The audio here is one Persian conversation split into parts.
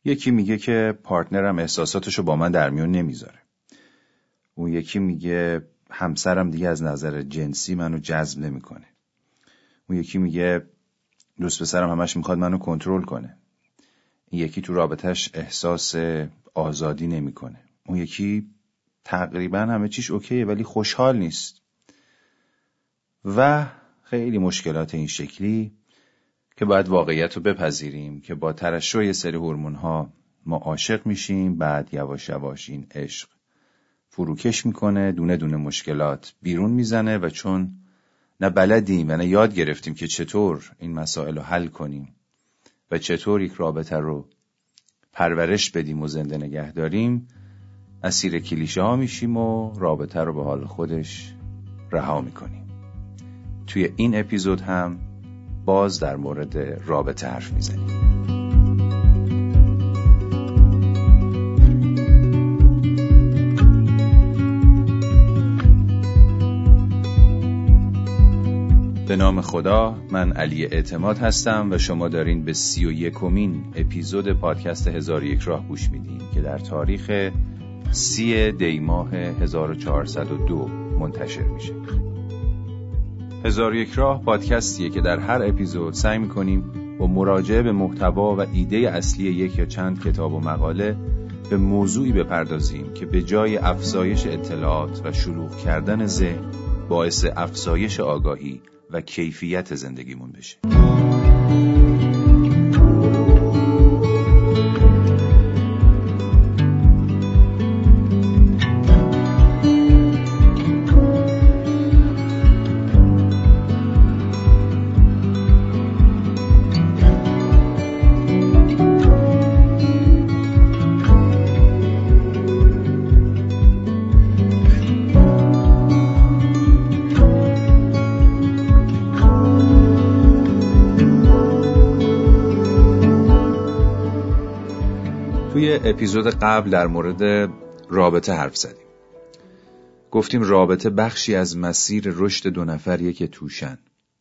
یکی میگه که پارتنرم احساساتشو با من در میون نمیذاره. اون یکی میگه همسرم دیگه از نظر جنسی منو جذب نمیکنه. اون یکی میگه دوست پسرم همش میخواد منو کنترل کنه. این یکی تو رابطش احساس آزادی نمیکنه. اون یکی تقریبا همه چیش اوکیه ولی خوشحال نیست. و خیلی مشکلات این شکلی که باید واقعیت رو بپذیریم که با ترشح یه سری هورمون‌ها ما عاشق میشیم، بعد یواش یواش این عشق فروکش میکنه، دونه دونه مشکلات بیرون میزنه و چون نه بلدیم و نه یاد گرفتیم که چطور این مسائل رو حل کنیم و چطور یک رابطه رو پرورش بدیم و زنده نگه داریم، اسیر کلیشه ها میشیم و رابطه رو به حال خودش رها میکنیم. توی این اپیزود هم باز در مورد رابطه حرف میزنیم. به نام خدا، من علی اعتماد هستم و شما دارین به 31مین اپیزود پادکست 1001 راه گوش میدین که در تاریخ 30 دی ماه 1402 منتشر میشه. 1001 راه پادکستیه که در هر اپیزود سعی میکنیم با مراجعه به محتوا و ایده اصلی یک یا چند کتاب و مقاله به موضوعی بپردازیم که به جای افزایش اطلاعات و شلوغ کردن ذهن باعث افزایش آگاهی و کیفیت زندگیمون بشه. توی اپیزود قبل در مورد رابطه حرف زدیم. گفتیم رابطه بخشی از مسیر رشد دو نفریه که توشن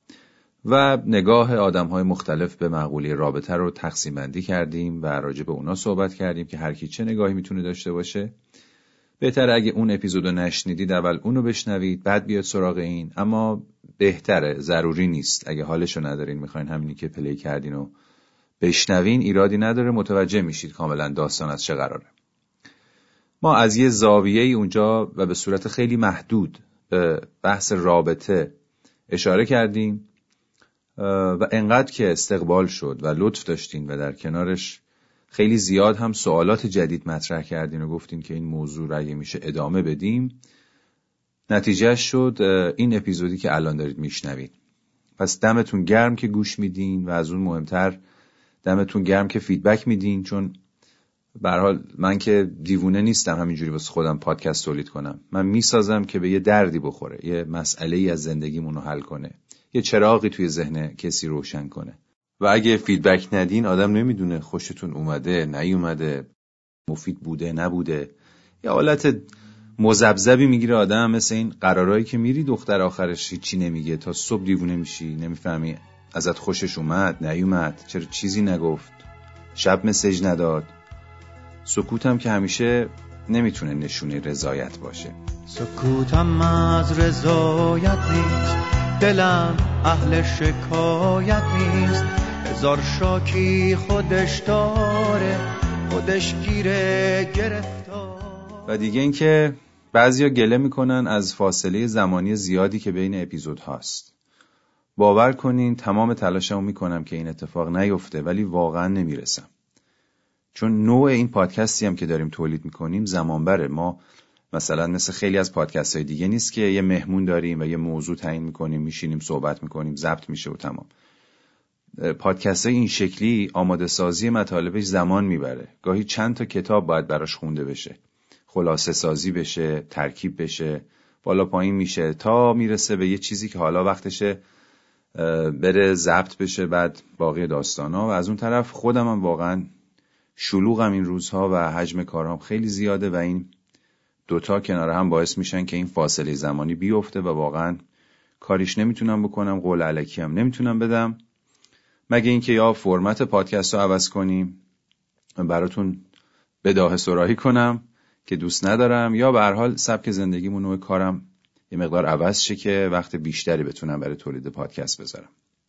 و نگاه آدم‌های مختلف به مقوله رابطه رو تقسیم بندی کردیم و راجع به اونا صحبت کردیم که هر کی چه نگاهی میتونه داشته باشه. بهتره اگه اون اپیزودو نشنیدید اول اونو بشنوید بعد بیاد سراغ این، اما بهتره، ضروری نیست. اگه حالشو ندارین میخواین همینی که پلی کردین و بشنوین ایرادی نداره، متوجه میشید کاملا داستان از چه قراره. ما از یه زاویه‌ای اونجا و به صورت خیلی محدود به بحث رابطه اشاره کردیم و انقدر که استقبال شد و لطف داشتین و در کنارش خیلی زیاد هم سوالات جدید مطرح کردین و گفتین که این موضوع رو اگه میشه ادامه بدیم، نتیجه شد این اپیزودی که الان دارید میشنوید. پس دمتون گرم که گوش میدین و از اون مهمتر دمتون گرم که فیدبک میدین، چون به هر حال من که دیوونه نیستم همینجوری واسه خودم پادکست تولید کنم. من میسازم که به یه دردی بخوره، یه مسئله‌ای از زندگیمون رو حل کنه، یه چراغی توی ذهن کسی روشن کنه. و اگه فیدبک ندین آدم نمیدونه خوشتون اومده نیومده، مفید بوده نبوده. یه حالت مذبذبی میگیره آدم، مثل این قرارایی که میری دختر آخرش هیچی نمیگه تا صبح دیوونه میشی، نمیفهمی ازت خوشش اومد نیومد، چرا چیزی نگفت، شب مسیج نداد. سکوتم که همیشه نمیتونه نشونه رضایت باشه. سکوتم از رضایت نیست، دلم اهل شکایت نیست، هزار شاکی خودش داره، خودش گیره گرفتار. و دیگه این که بعضیا گله میکنن از فاصله زمانی زیادی که بین اپیزود هاست. باور کنین تمام تلاشمو میکنم که این اتفاق نیفته ولی واقعا نمیرسم. چون نوع این پادکستی هم که داریم تولید میکنیم زمان بره. ما مثلا مثل خیلی از پادکست های دیگه نیست که یه مهمون داریم و یه موضوع تعیین میکنیم، میشینیم صحبت میکنیم، ضبط میشه و تمام. پادکست های این شکلی آماده سازی مطالبش زمان میبره. گاهی چند تا کتاب باید براش خونده بشه، خلاصه سازی بشه، ترکیب بشه، بالا پایین میشه تا میرسه به یه چیزی که حالا وقتشه بره ضبط بشه، بعد باقی داستانا. و از اون طرف خودم هم واقعا شلوغم این روزها و حجم کارام خیلی زیاده و این دوتا کنار هم باعث میشن که این فاصله زمانی بیفته و واقعا کاریش نمیتونم بکنم، قول الکی هم نمیتونم بدم، مگه اینکه یا فرمت پادکست رو عوض کنیم براتون بداهه سراحی کنم که دوست ندارم، یا به هر حال سبک زندگیمون و کارم یه مقدار عوض شه که وقت بیشتری بتونم برای تولید پادکست بذارم.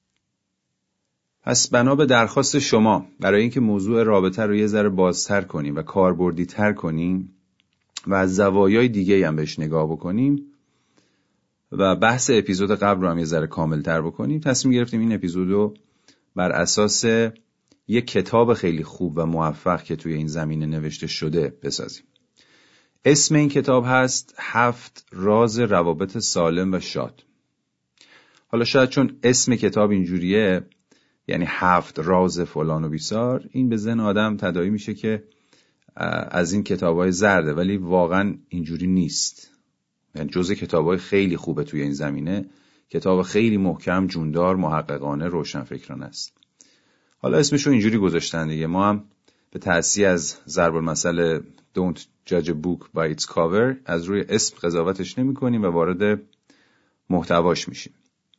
پس بنا به درخواست شما برای اینکه موضوع رابطه رو یه ذره بازتر کنیم و کاربردی تر کنیم و از زوایای دیگه هم بهش نگاه بکنیم و بحث اپیزود قبل رو هم یه ذره کامل تر بکنیم، تصمیم گرفتیم این اپیزود رو بر اساس یک کتاب خیلی خوب و موفق که توی این زمینه نوشته شده بسازیم. اسم این کتاب هست 7 راز روابط سالم و شاد. حالا شاید چون اسم کتاب اینجوریه، یعنی 7 راز فلان و بیسار، این به ذهن آدم تداعی میشه که از این کتابای زرده، ولی واقعا اینجوری نیست. یعنی جزء کتابای خیلی خوبه توی این زمینه، کتاب خیلی محکم، جوندار، محققانه، روشنفکرانه است. حالا اسمشو اینجوری گذاشتن دیگه، ما هم به تأسیس از ضرب المثل Don't judge a book by its cover از روی اسم قضاوتش نمی کنیم و وارد محتواش میشیم.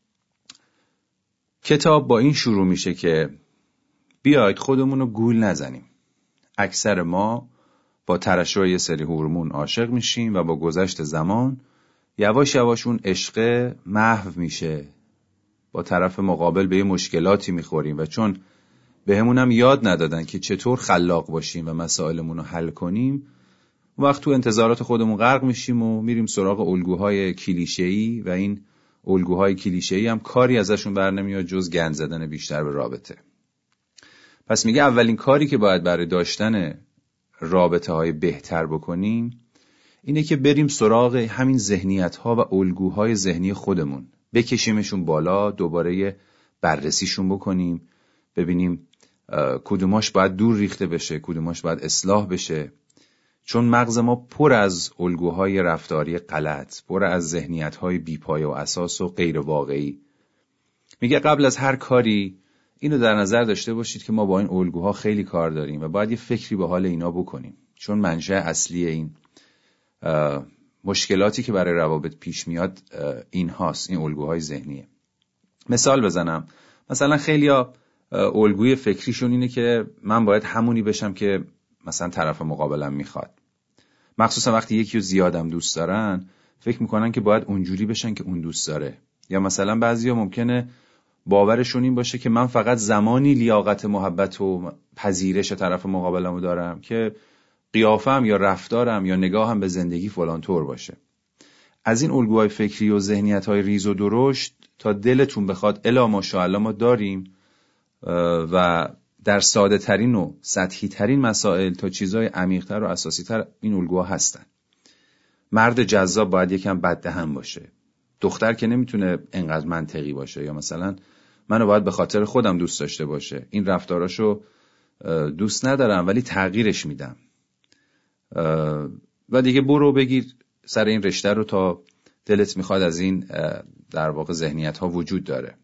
کتاب با این شروع میشه که بیاید خودمونو گول نزنیم. اکثر ما با ترشح یه سری هورمون عاشق میشیم و با گذشت زمان یواش یواش اون عشق محو میشه. با طرف مقابل به یه مشکلاتی میخوریم و چون بهمون هم یاد ندادن که چطور خلاق باشیم و مسائلمون رو حل کنیم، اون وقت تو انتظارات خودمون غرق میشیم و میریم سراغ الگوهای کلیشه‌ای و این الگوهای کلیشه‌ای هم کاری ازشون بر نمیاد جز گند زدن بیشتر به رابطه. پس میگه اولین کاری که باید برای داشتن رابطه های بهتر بکنیم اینه که بریم سراغ همین ذهنیت ها و الگوهای ذهنی خودمون، بکشیمشون بالا، دوباره بررسیشون بکنیم، ببینیم کدوماش باید دور ریخته بشه، کدوماش باید اصلاح بشه. چون مغز ما پر از الگوهای رفتاری غلط، پر از ذهنیت‌های بی‌پایه و اساس و غیر واقعی. میگه قبل از هر کاری اینو در نظر داشته باشید که ما با این الگوها خیلی کار داریم و باید یه فکری به حال اینا بکنیم، چون منشأ اصلی این مشکلاتی که برای روابط پیش میاد این هاست، این الگوهای ذهنیه. مثال بزنم، مثلا خیلیا الگوی فکریشون اینه که من باید همونی بشم که مثلا طرف مقابلم میخواد. مخصوصا وقتی یکی رو زیادم دوست دارن فکر میکنن که باید اونجوری بشن که اون دوست داره. یا مثلا بعضیا ممکنه باورشون این باشه که من فقط زمانی لیاقت محبت و پذیرش طرف مقابلمو دارم که قیافم یا رفتارم یا نگاهم به زندگی فلان طور باشه. از این الگوهای فکری و ذهنیت‌های ریز و درشت تا دلتون بخواد الا ماشاءالله ما داریم و در ساده ترین و سطحی ترین مسائل تا چیزای عمیق تر و اساسی تر این الگوها هستن. مرد جذاب باید یکم بددهن باشه. دختر که نمیتونه انقدر منطقی باشه. یا مثلا منو باید به خاطر خودم دوست داشته باشه. این رفتاراشو دوست ندارم ولی تغییرش میدم. و دیگه برو بگیر سر این رشته رو تا دلت میخواد. از این در واقع ذهنیت ها وجود داره.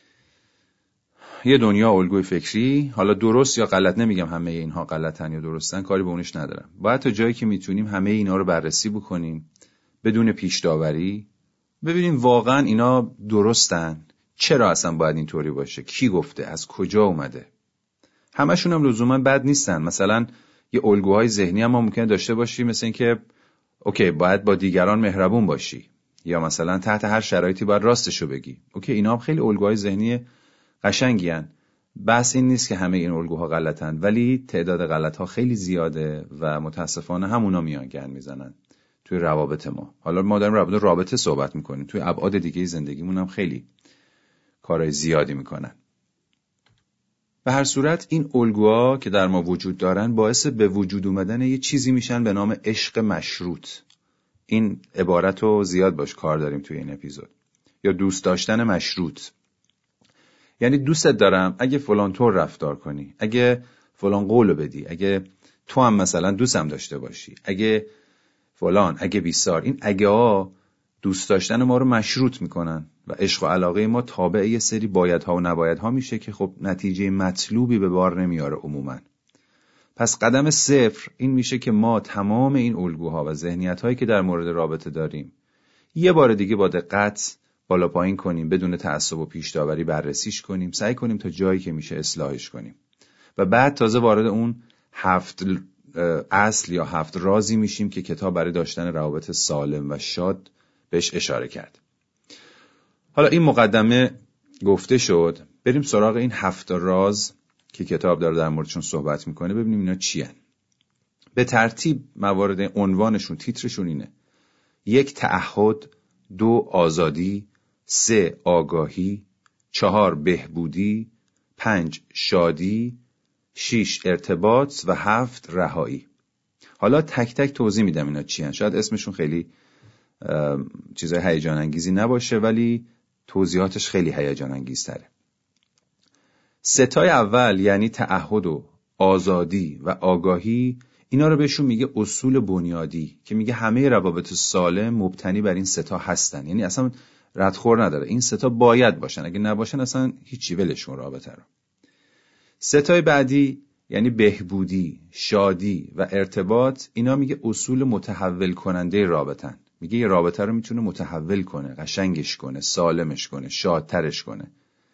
یه دنیا الگوی فکری، حالا درست یا غلط نمیگم همه اینها غلطن یا درستن، کاری به اونش ندارم. باید تا جایی که میتونیم همه اینا رو بررسی بکنیم بدون پیش داوری، ببینیم واقعا اینا درستن، چرا اصلا باید اینطوری باشه، کی گفته، از کجا اومده. همشون هم لزوما بد نیستن. مثلا یه الگوهای ذهنی هم ما ممکنه داشته باشیم، مثل این که اوکی باید با دیگران مهربون باشی، یا مثلا تحت هر شرایطی باید راستشو بگی. اوکی اینا هم خیلی الگوهای ذهنی قشنگی هن. بس این نیست که همه این الگوها غلطن، ولی تعداد غلطها خیلی زیاده و متاسفانه همونا میان گند میزنن توی روابط ما. حالا ما داریم رابطه صحبت میکنیم، توی ابعاد دیگه زندگیمون هم خیلی کارهای زیادی میکنن. به هر صورت این الگوها که در ما وجود دارن باعث به وجود اومدن یه چیزی میشن به نام عشق مشروط. این عبارت رو زیاد باش کار داریم توی این اپیزود. یا دوست داشتن مشروط. یعنی دوستت دارم اگه فلان طور رفتار کنی، اگه فلان قولو بدی، اگه تو هم مثلا دوستم داشته باشی، اگه فلان، اگه بیسار. این اگه ها دوست داشتن ما رو مشروط میکنن و عشق و علاقه ما تابع یه سری بایدها و نبایدها میشه که خب نتیجه مطلوبی به بار نمیاره عموما. پس قدم 0 این میشه که ما تمام این الگوها و ذهنیت‌هایی که در مورد رابطه داریم یه بار دیگه با دقت بالا پایین کنیم، بدون تعصب و پیش داوری بررسیش کنیم، سعی کنیم تا جایی که میشه اصلاحش کنیم و بعد تازه وارد اون 7 اصل یا 7 رازی میشیم که کتاب برای داشتن روابط سالم و شاد بهش اشاره کرد. حالا این مقدمه گفته شد، بریم سراغ این 7 راز که کتاب داره در موردشون صحبت میکنه، ببینیم اینا چی هن. به ترتیب موارد عنوانشون، تیترشون اینه: 1 تعهد، 2 آزادی، 3 آگاهی، 4 بهبودی، 5 شادی، 6 ارتباط و 7 رهایی. حالا تک تک توضیح میدم اینا چی هن. شاید اسمشون خیلی چیزای هیجان انگیزی نباشه ولی توضیحاتش خیلی هیجان انگیزتره. 3 تای اول یعنی تعهد و آزادی و آگاهی، اینا رو بهشون میگه اصول بنیادی که میگه همه روابط سالم مبتنی بر این 3 تا هستن. یعنی اصلا ردخور نداره، این 3 تا باید باشن، اگه نباشن اصلا هیچی ولشون رابطه رو. 3 تای بعدی یعنی بهبودی، شادی و ارتباط، اینا میگه اصول متحول کننده رابطن. میگه یه رابطه رو میتونه متحول کنه، قشنگش کنه، سالمش کنه، شادترش کنه.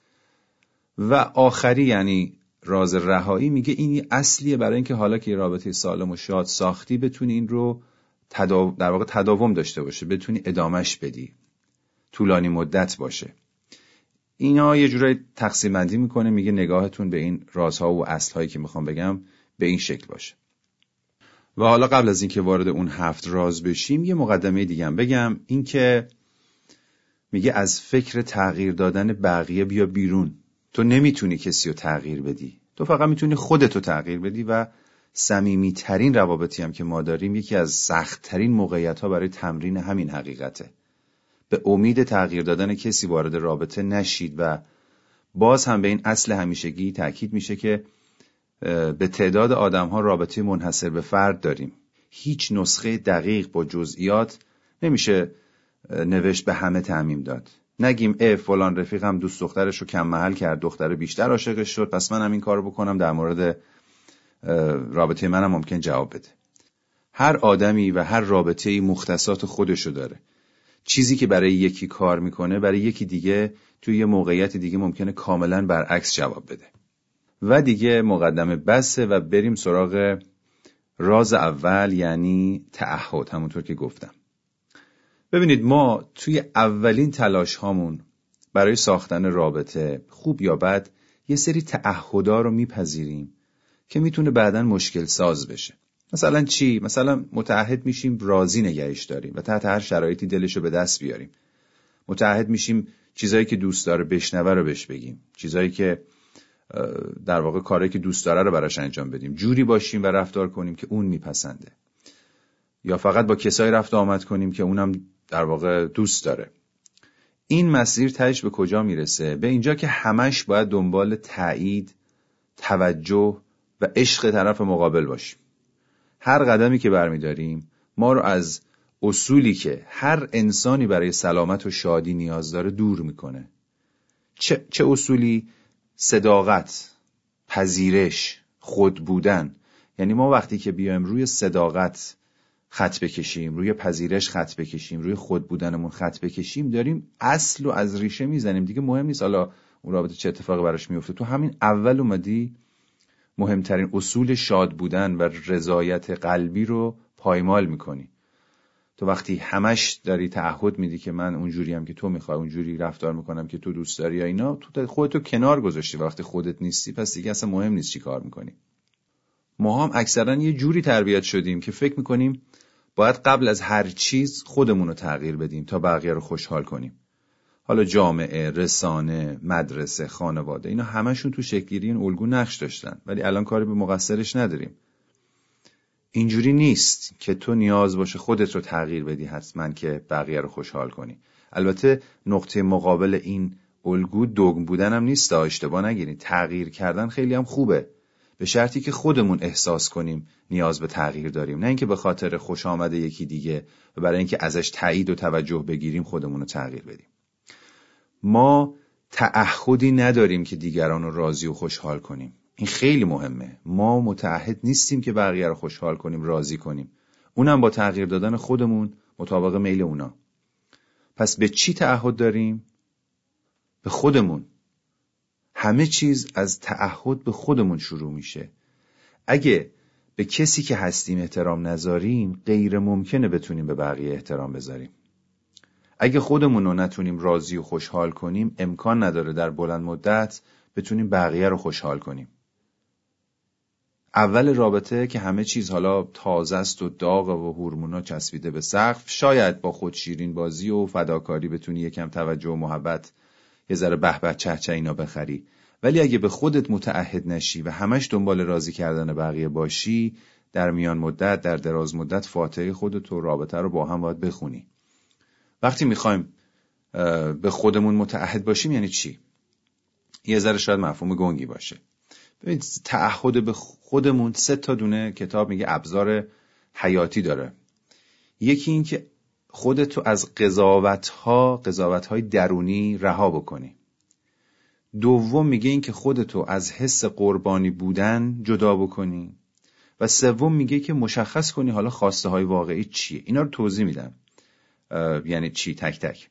و آخری یعنی راز رهایی، میگه این اصلیه برای اینکه حالا که یه رابطه سالم و شاد ساختی بتونی این رو در واقع تداوم داشته باشه، بتونی ادامش بدی، طولانی مدت باشه. اینا یه جورایی تقسیم بندی میکنه، میگه نگاهتون به این رازها و اصلهایی که میخوام بگم به این شکل باشه. و حالا قبل از اینکه وارد اون 7 راز بشیم یه مقدمه دیگه هم بگم، این که میگه از فکر تغییر دادن بقیه بیا بیرون. تو نمیتونی کسی رو تغییر بدی، تو فقط میتونی خودتو تغییر بدی. و صمیمی ترین روابطی هم که ما داریم یکی از سخت ترین موقعیت ها برای تمرین همین حقیقته. به امید تغییر دادن کسی وارد رابطه نشید. و باز هم به این اصل همیشگی تأکید میشه که به تعداد آدم ها رابطه منحصر به فرد داریم. هیچ نسخه دقیق با جزئیات نمیشه نوشت به همه تعمیم داد. نگیم فلان رفیقم دوست دخترش رو کم محل کرد، دختر بیشتر عاشقش شد، پس منم این کارو بکنم، در مورد رابطه منم ممکن جواب بده. هر آدمی و هر رابطه‌ای مختصات خودشو داره. چیزی که برای یکی کار میکنه برای یکی دیگه توی یه موقعیت دیگه ممکنه کاملا برعکس جواب بده. و دیگه مقدمه بسه و بریم سراغ راز اول یعنی تعهد. همونطور که گفتم، ببینید ما توی اولین تلاش هامون برای ساختن رابطه خوب یا بد یه سری تعهدها رو میپذیریم که میتونه بعداً مشکل ساز بشه. مثلا چی؟ مثلا متعهد میشیم راضی نگهش داریم و تحت هر شرایطی دلشو به دست بیاریم. متعهد میشیم چیزایی که دوست داره بشنوه رو بهش بگیم، چیزایی که در واقع کاری که دوست داره رو براش انجام بدیم، جوری باشیم و رفتار کنیم که اون میپسنده، یا فقط با کسایی رفت آمد کنیم که اونم در واقع دوست داره. این مسیر تهش به کجا میرسه؟ به اینجا که همش باید دنبال تایید، توجه و عشق طرف مقابل باشیم. هر قدمی که برمیداریم ما رو از اصولی که هر انسانی برای سلامت و شادی نیاز داره دور میکنه. چه اصولی؟ صداقت، پذیرش، خود بودن. یعنی ما وقتی که بیایم روی صداقت خط بکشیم، روی پذیرش خط بکشیم، روی خود بودنمون خط بکشیم، داریم اصل رو از ریشه میزنیم. دیگه مهم نیست حالا اون رابطه چه اتفاقی براش میفته، تو همین اول اومدی مهمترین اصول شاد بودن و رضایت قلبی رو پایمال میکنی. تو وقتی همش داری تعهد میدی که من اونجوریم که تو میخوای، اونجوری رفتار میکنم که تو دوست داری یا اینا، تو خودتو کنار گذاشتی. وقتی خودت نیستی پس دیگه اصلا مهم نیست چی کار میکنی. ما هم اکثرا یه جوری تربیت شدیم که فکر میکنیم باید قبل از هر چیز خودمون رو تغییر بدیم تا بقیه رو خوشحال کنیم. حالا جامعه، رسانه، مدرسه، خانواده، اینا همشون تو شکل‌گیری این الگو نقش داشتن، ولی الان کاری به مقصرش نداریم. اینجوری نیست که تو نیاز باشه خودت رو تغییر بدی حتما که بقیه رو خوشحال کنی. البته نقطه مقابل این الگو دگم بودن هم نیست، اشتباه نگیرید. تغییر کردن خیلی هم خوبه، به شرطی که خودمون احساس کنیم نیاز به تغییر داریم، نه اینکه به خاطر خوش آمد یکی دیگه و برای اینکه ازش تایید و توجه بگیریم خودمون رو تغییر بدیم. ما تعهدی نداریم که دیگران رو راضی و خوشحال کنیم. این خیلی مهمه. ما متعهد نیستیم که بقیه رو خوشحال کنیم، راضی کنیم، اونم با تغییر دادن خودمون مطابق میل اونا. پس به چی تعهد داریم؟ به خودمون. همه چیز از تعهد به خودمون شروع میشه. اگه به کسی که هستیم احترام نذاریم غیر ممکنه بتونیم به بقیه احترام بذاریم. اگه خودمون رو نتونیم راضی و خوشحال کنیم امکان نداره در بلند مدت بتونیم بقیه رو خوشحال کنیم. اول رابطه که همه چیز حالا تازه است و داغ و هورمونا چسبیده به سقف، شاید با خود شیرین بازی و فداکاری بتونی یکم توجه و محبت، یه ذره به به چه چه اینا بخری. ولی اگه به خودت متعهد نشی و همش دنبال راضی کردن بقیه باشی، در میان مدت، در دراز مدت فاتحه خودت و رابطه رو با هم باید بخونی. وقتی میخوایم به خودمون متعهد باشیم یعنی چی؟ یه ذره شاید مفهوم گنگی باشه. ببینید تعهد به خودمون 3 دونه کتاب میگه ابزار حیاتی داره. یکی این که خودتو از قضاوت‌های درونی رها بکنی. دوم میگه این که خودتو از حس قربانی بودن جدا بکنی. و سوم میگه که مشخص کنی حالا خواسته های واقعی چیه. اینا رو توضیح میدم. یعنی چی تک تک.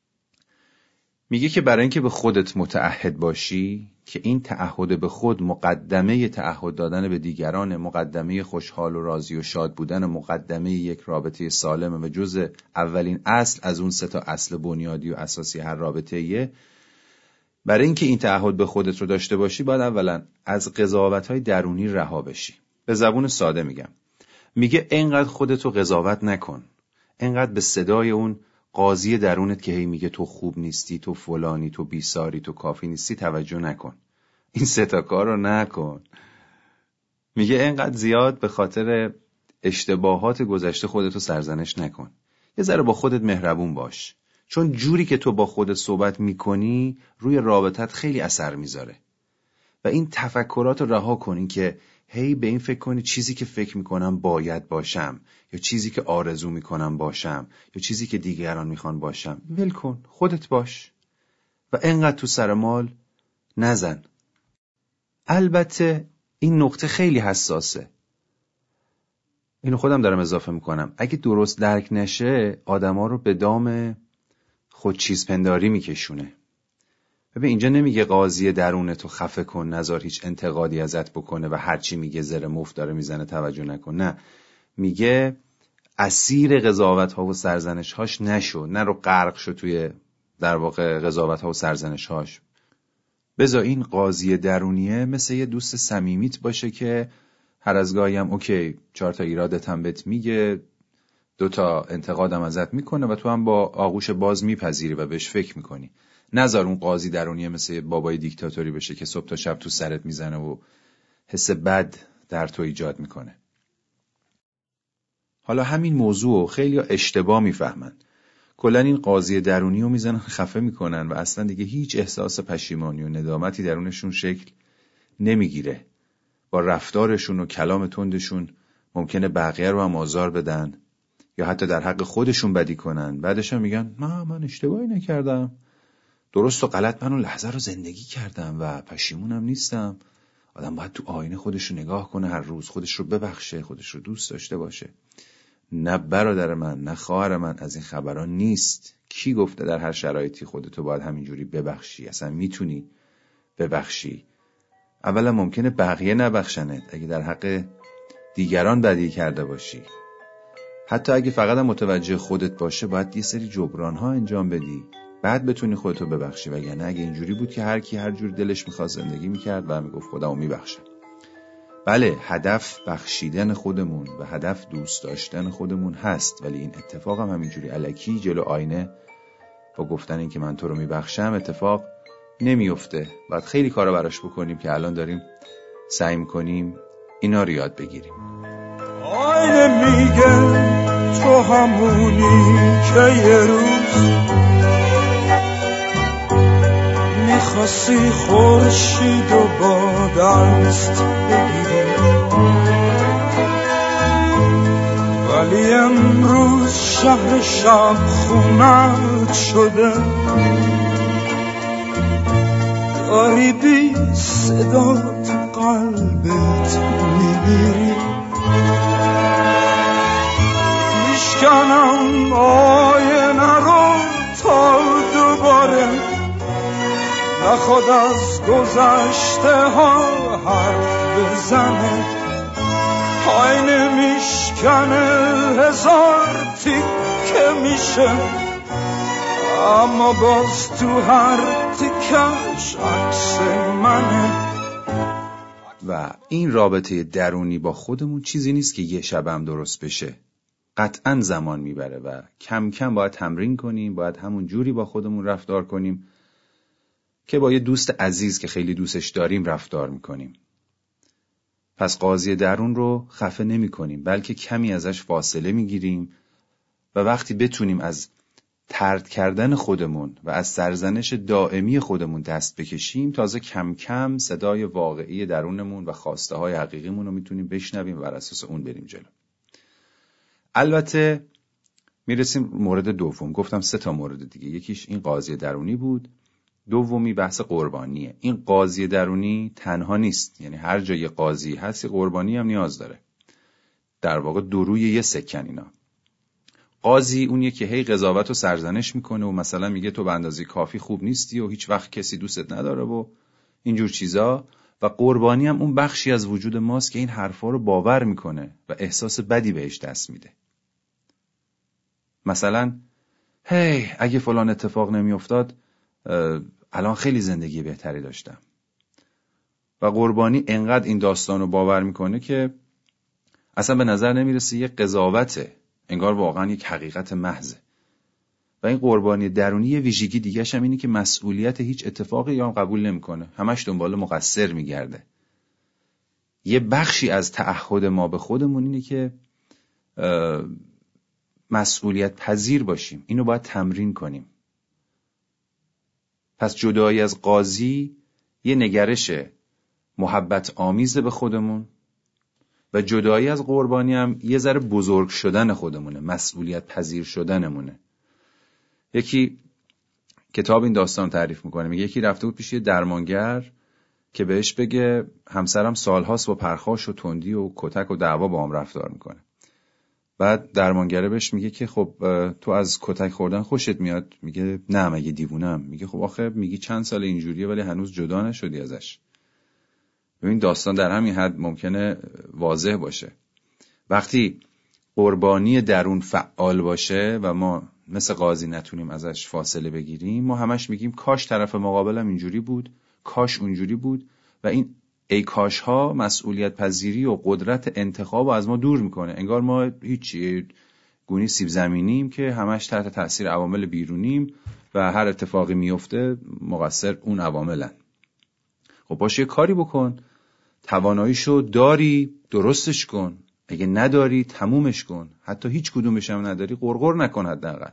میگه که برای اینکه به خودت متعهد باشی، که این تعهد به خود مقدمه تعهد دادن به دیگران، مقدمه خوشحال و راضی و شاد بودن، مقدمه یک رابطه سالمه و جز اولین اصل از اون 3 اصل بنیادی و اساسی هر رابطه‌ایه. برای اینکه این تعهد به خودت رو داشته باشی باید اولا از قضاوت‌های درونی رها بشی. به زبون ساده میگم، میگه اینقدر خودتو قضاوت نکن، اینقدر به صدای اون قاضی درونت که هی میگه تو خوب نیستی، تو فلانی، تو بیساری، تو کافی نیستی توجه نکن. این 3 کار رو نکن. میگه اینقدر زیاد به خاطر اشتباهات گذشته خودتو سرزنش نکن. یه ذره با خودت مهربون باش، چون جوری که تو با خودت صحبت میکنی روی رابطت خیلی اثر میذاره. و این تفکرات رو رها کن، این که هی به این فکر کنی چیزی که فکر میکنم باید باشم، یا چیزی که آرزو میکنم باشم، یا چیزی که دیگران میخوان باشم. ول کن، خودت باش و اینقدر تو سر مال نزن. البته این نقطه خیلی حساسه، اینو خودم دارم اضافه میکنم. اگه درست درک نشه آدما رو به دام خودچیزپنداری میکشونه. ببین اینجا نمیگه قاضی درونتو خفه کن، نذار هیچ انتقادی ازت بکنه و هرچی میگه زر مفت داره میزنه توجه نکن. نه، میگه اسیر قضاوت ها و سرزنش هاش نشو، نرو غرق شو توی در واقع قضاوت ها و سرزنش هاش. بذار این قاضی درونیه مثل یه دوست صمیمیت باشه که هر از گاهی هم اوکی 4 ایرادت هم بهت میگه، 2 انتقادم ازت میکنه و تو هم با آغوش باز میپذیری و بهش فکر میکنی. نذار اون قاضی درونیه مثل بابای دیکتاتوری بشه که صبح تا شب تو سرت میزنه و حس بد در تو ایجاد میکنه. حالا همین موضوع خیلی اشتباه میفهمن. کلا این قاضی درونی رو میزنن خفه میکنن و اصلا دیگه هیچ احساس پشیمانی و ندامتی درونشون شکل نمیگیره. با رفتارشون و کلام تندشون ممکنه بقیه رو هم آزار بدن یا حتی در حق خودشون بدی کنن. بعدش هم میگن من اشتباهی نکردم، درست و غلط من اون لحظه رو زندگی کردم و پشیمونم نیستم. آدم باید تو آینه خودش رو نگاه کنه هر روز، خودش رو ببخشه، خودش رو دوست داشته باشه. نه برادر من، نه خواهر من، از این خبران نیست. کی گفته در هر شرایطی خودتو باید همینجوری ببخشی؟ اصلا میتونی ببخشی؟ اولا ممکنه بقیه نبخشنت اگه در حق دیگران بدی کرده باشی. حتی اگه فقط متوجه خودت باشه باید یه سری جبران ها انجام بدی، بعد بتونی خودتو ببخشی. وگرنه اگه اینجوری بود که هر کی هر جور دلش میخواد زندگی میکرد و میگفت خدامو میبخشم. بله، هدف بخشیدن خودمون و هدف دوست داشتن خودمون هست، ولی این اتفاق هم همینجوری الکی جلو آینه با گفتن این که من تو رو میبخشم اتفاق نمیفته. باید خیلی کارا براش بکنیم که الان داریم سعی میکنیم اینا رو یاد بگیریم. آینه میگه تو همونی که یه روز میخواستی خورشید و با دست بگیری، ولی امروز شهر شب خونت شده، داری بی صدا تو قلبت میمیری. میشکنم آینه رو تا دوباره نخواد از گذشته ها حرف بزنه. آینه میشکنه هزار تیکه میشه، اما باز تو هر تیکش عکس منه. و این رابطه درونی با خودمون چیزی نیست که یه شب هم درست بشه. قطعاً زمان میبره و کم کم باید تمرین کنیم، باید همون جوری با خودمون رفتار کنیم که با یه دوست عزیز که خیلی دوستش داریم رفتار میکنیم. پس قاضی درون رو خفه نمی کنیم، بلکه کمی ازش فاصله میگیریم و وقتی بتونیم از طرد کردن خودمون و از سرزنش دائمی خودمون دست بکشیم، تازه کم کم صدای واقعی درونمون و خواسته های حقیقیمون رو میتونیم بشنویم و بر اساس اون بریم جلو. البته میرسیم مورد دوم. گفتم 3 مورد دیگه، یکیش این قاضی درونی بود، دومی بحث قربانیه. این قاضی درونی تنها نیست، یعنی هر جای قاضی هست یه قربانی هم نیاز داره. در واقع دو روی یه سکن اینا. قاضی اونیه که هی قضاوت و سرزنش میکنه و مثلا میگه تو به اندازه کافی خوب نیستی و هیچ وقت کسی دوستت نداره و اینجور چیزا. و قربانی هم اون بخشی از وجود ماست که این حرفا رو باور میکنه و احساس بدی بهش دست میده. مثلا هی اگه فلان اتفاق نمیافتاد الان خیلی زندگی بهتری داشتم. و قربانی انقدر این داستان رو باور میکنه که اصلا به نظر نمیرسه یه قضاوته، انگار واقعا یک حقیقت محضه. و این قربانی درونی یه ویژگی دیگه‌ش هم اینه که مسئولیت هیچ اتفاقی یا قبول نمیکنه، همش دنبال مقصر میگرده. یه بخشی از تعهد ما به خودمون اینه که مسئولیت پذیر باشیم. اینو باید تمرین کنیم. پس جدایی از قاضی یه نگرش محبت آمیزه به خودمون و جدایی از قربانی هم یه ذره بزرگ شدن خودمونه، مسئولیت پذیر شدنمونه. یکی کتاب این داستان تعریف میکنه، میگه یکی رفته بود پیش یه درمانگر که بهش بگه همسرم سالهاست با پرخاش و تندی و کتک و دعوا با هم رفتار میکنه. بعد درمانگره بهش میگه که خب تو از کتک خوردن خوشت میاد؟ میگه نه، مگه دیوونم؟ میگه خب آخه میگی چند سال اینجوریه ولی هنوز جدا نشدی ازش. ببین داستان در همین حد ممکنه واضح باشه. وقتی قربانی درون فعال باشه و ما مثل قاضی نتونیم ازش فاصله بگیریم، ما همش میگیم کاش طرف مقابلم اینجوری بود، کاش اونجوری بود، و این ای کاش ها مسئولیت پذیری و قدرت انتخاب رو از ما دور میکنه. انگار ما هیچی، گونی سیب زمینیم که همش تحت تاثیر عوامل بیرونیم و هر اتفاقی میفته مقصر اون عواملن. خب باشه، یه کاری بکن، تواناییشو داری درستش کن، اگه نداری تمومش کن، حتی هیچ کدومش هم نداری غرغر نکن حداقل.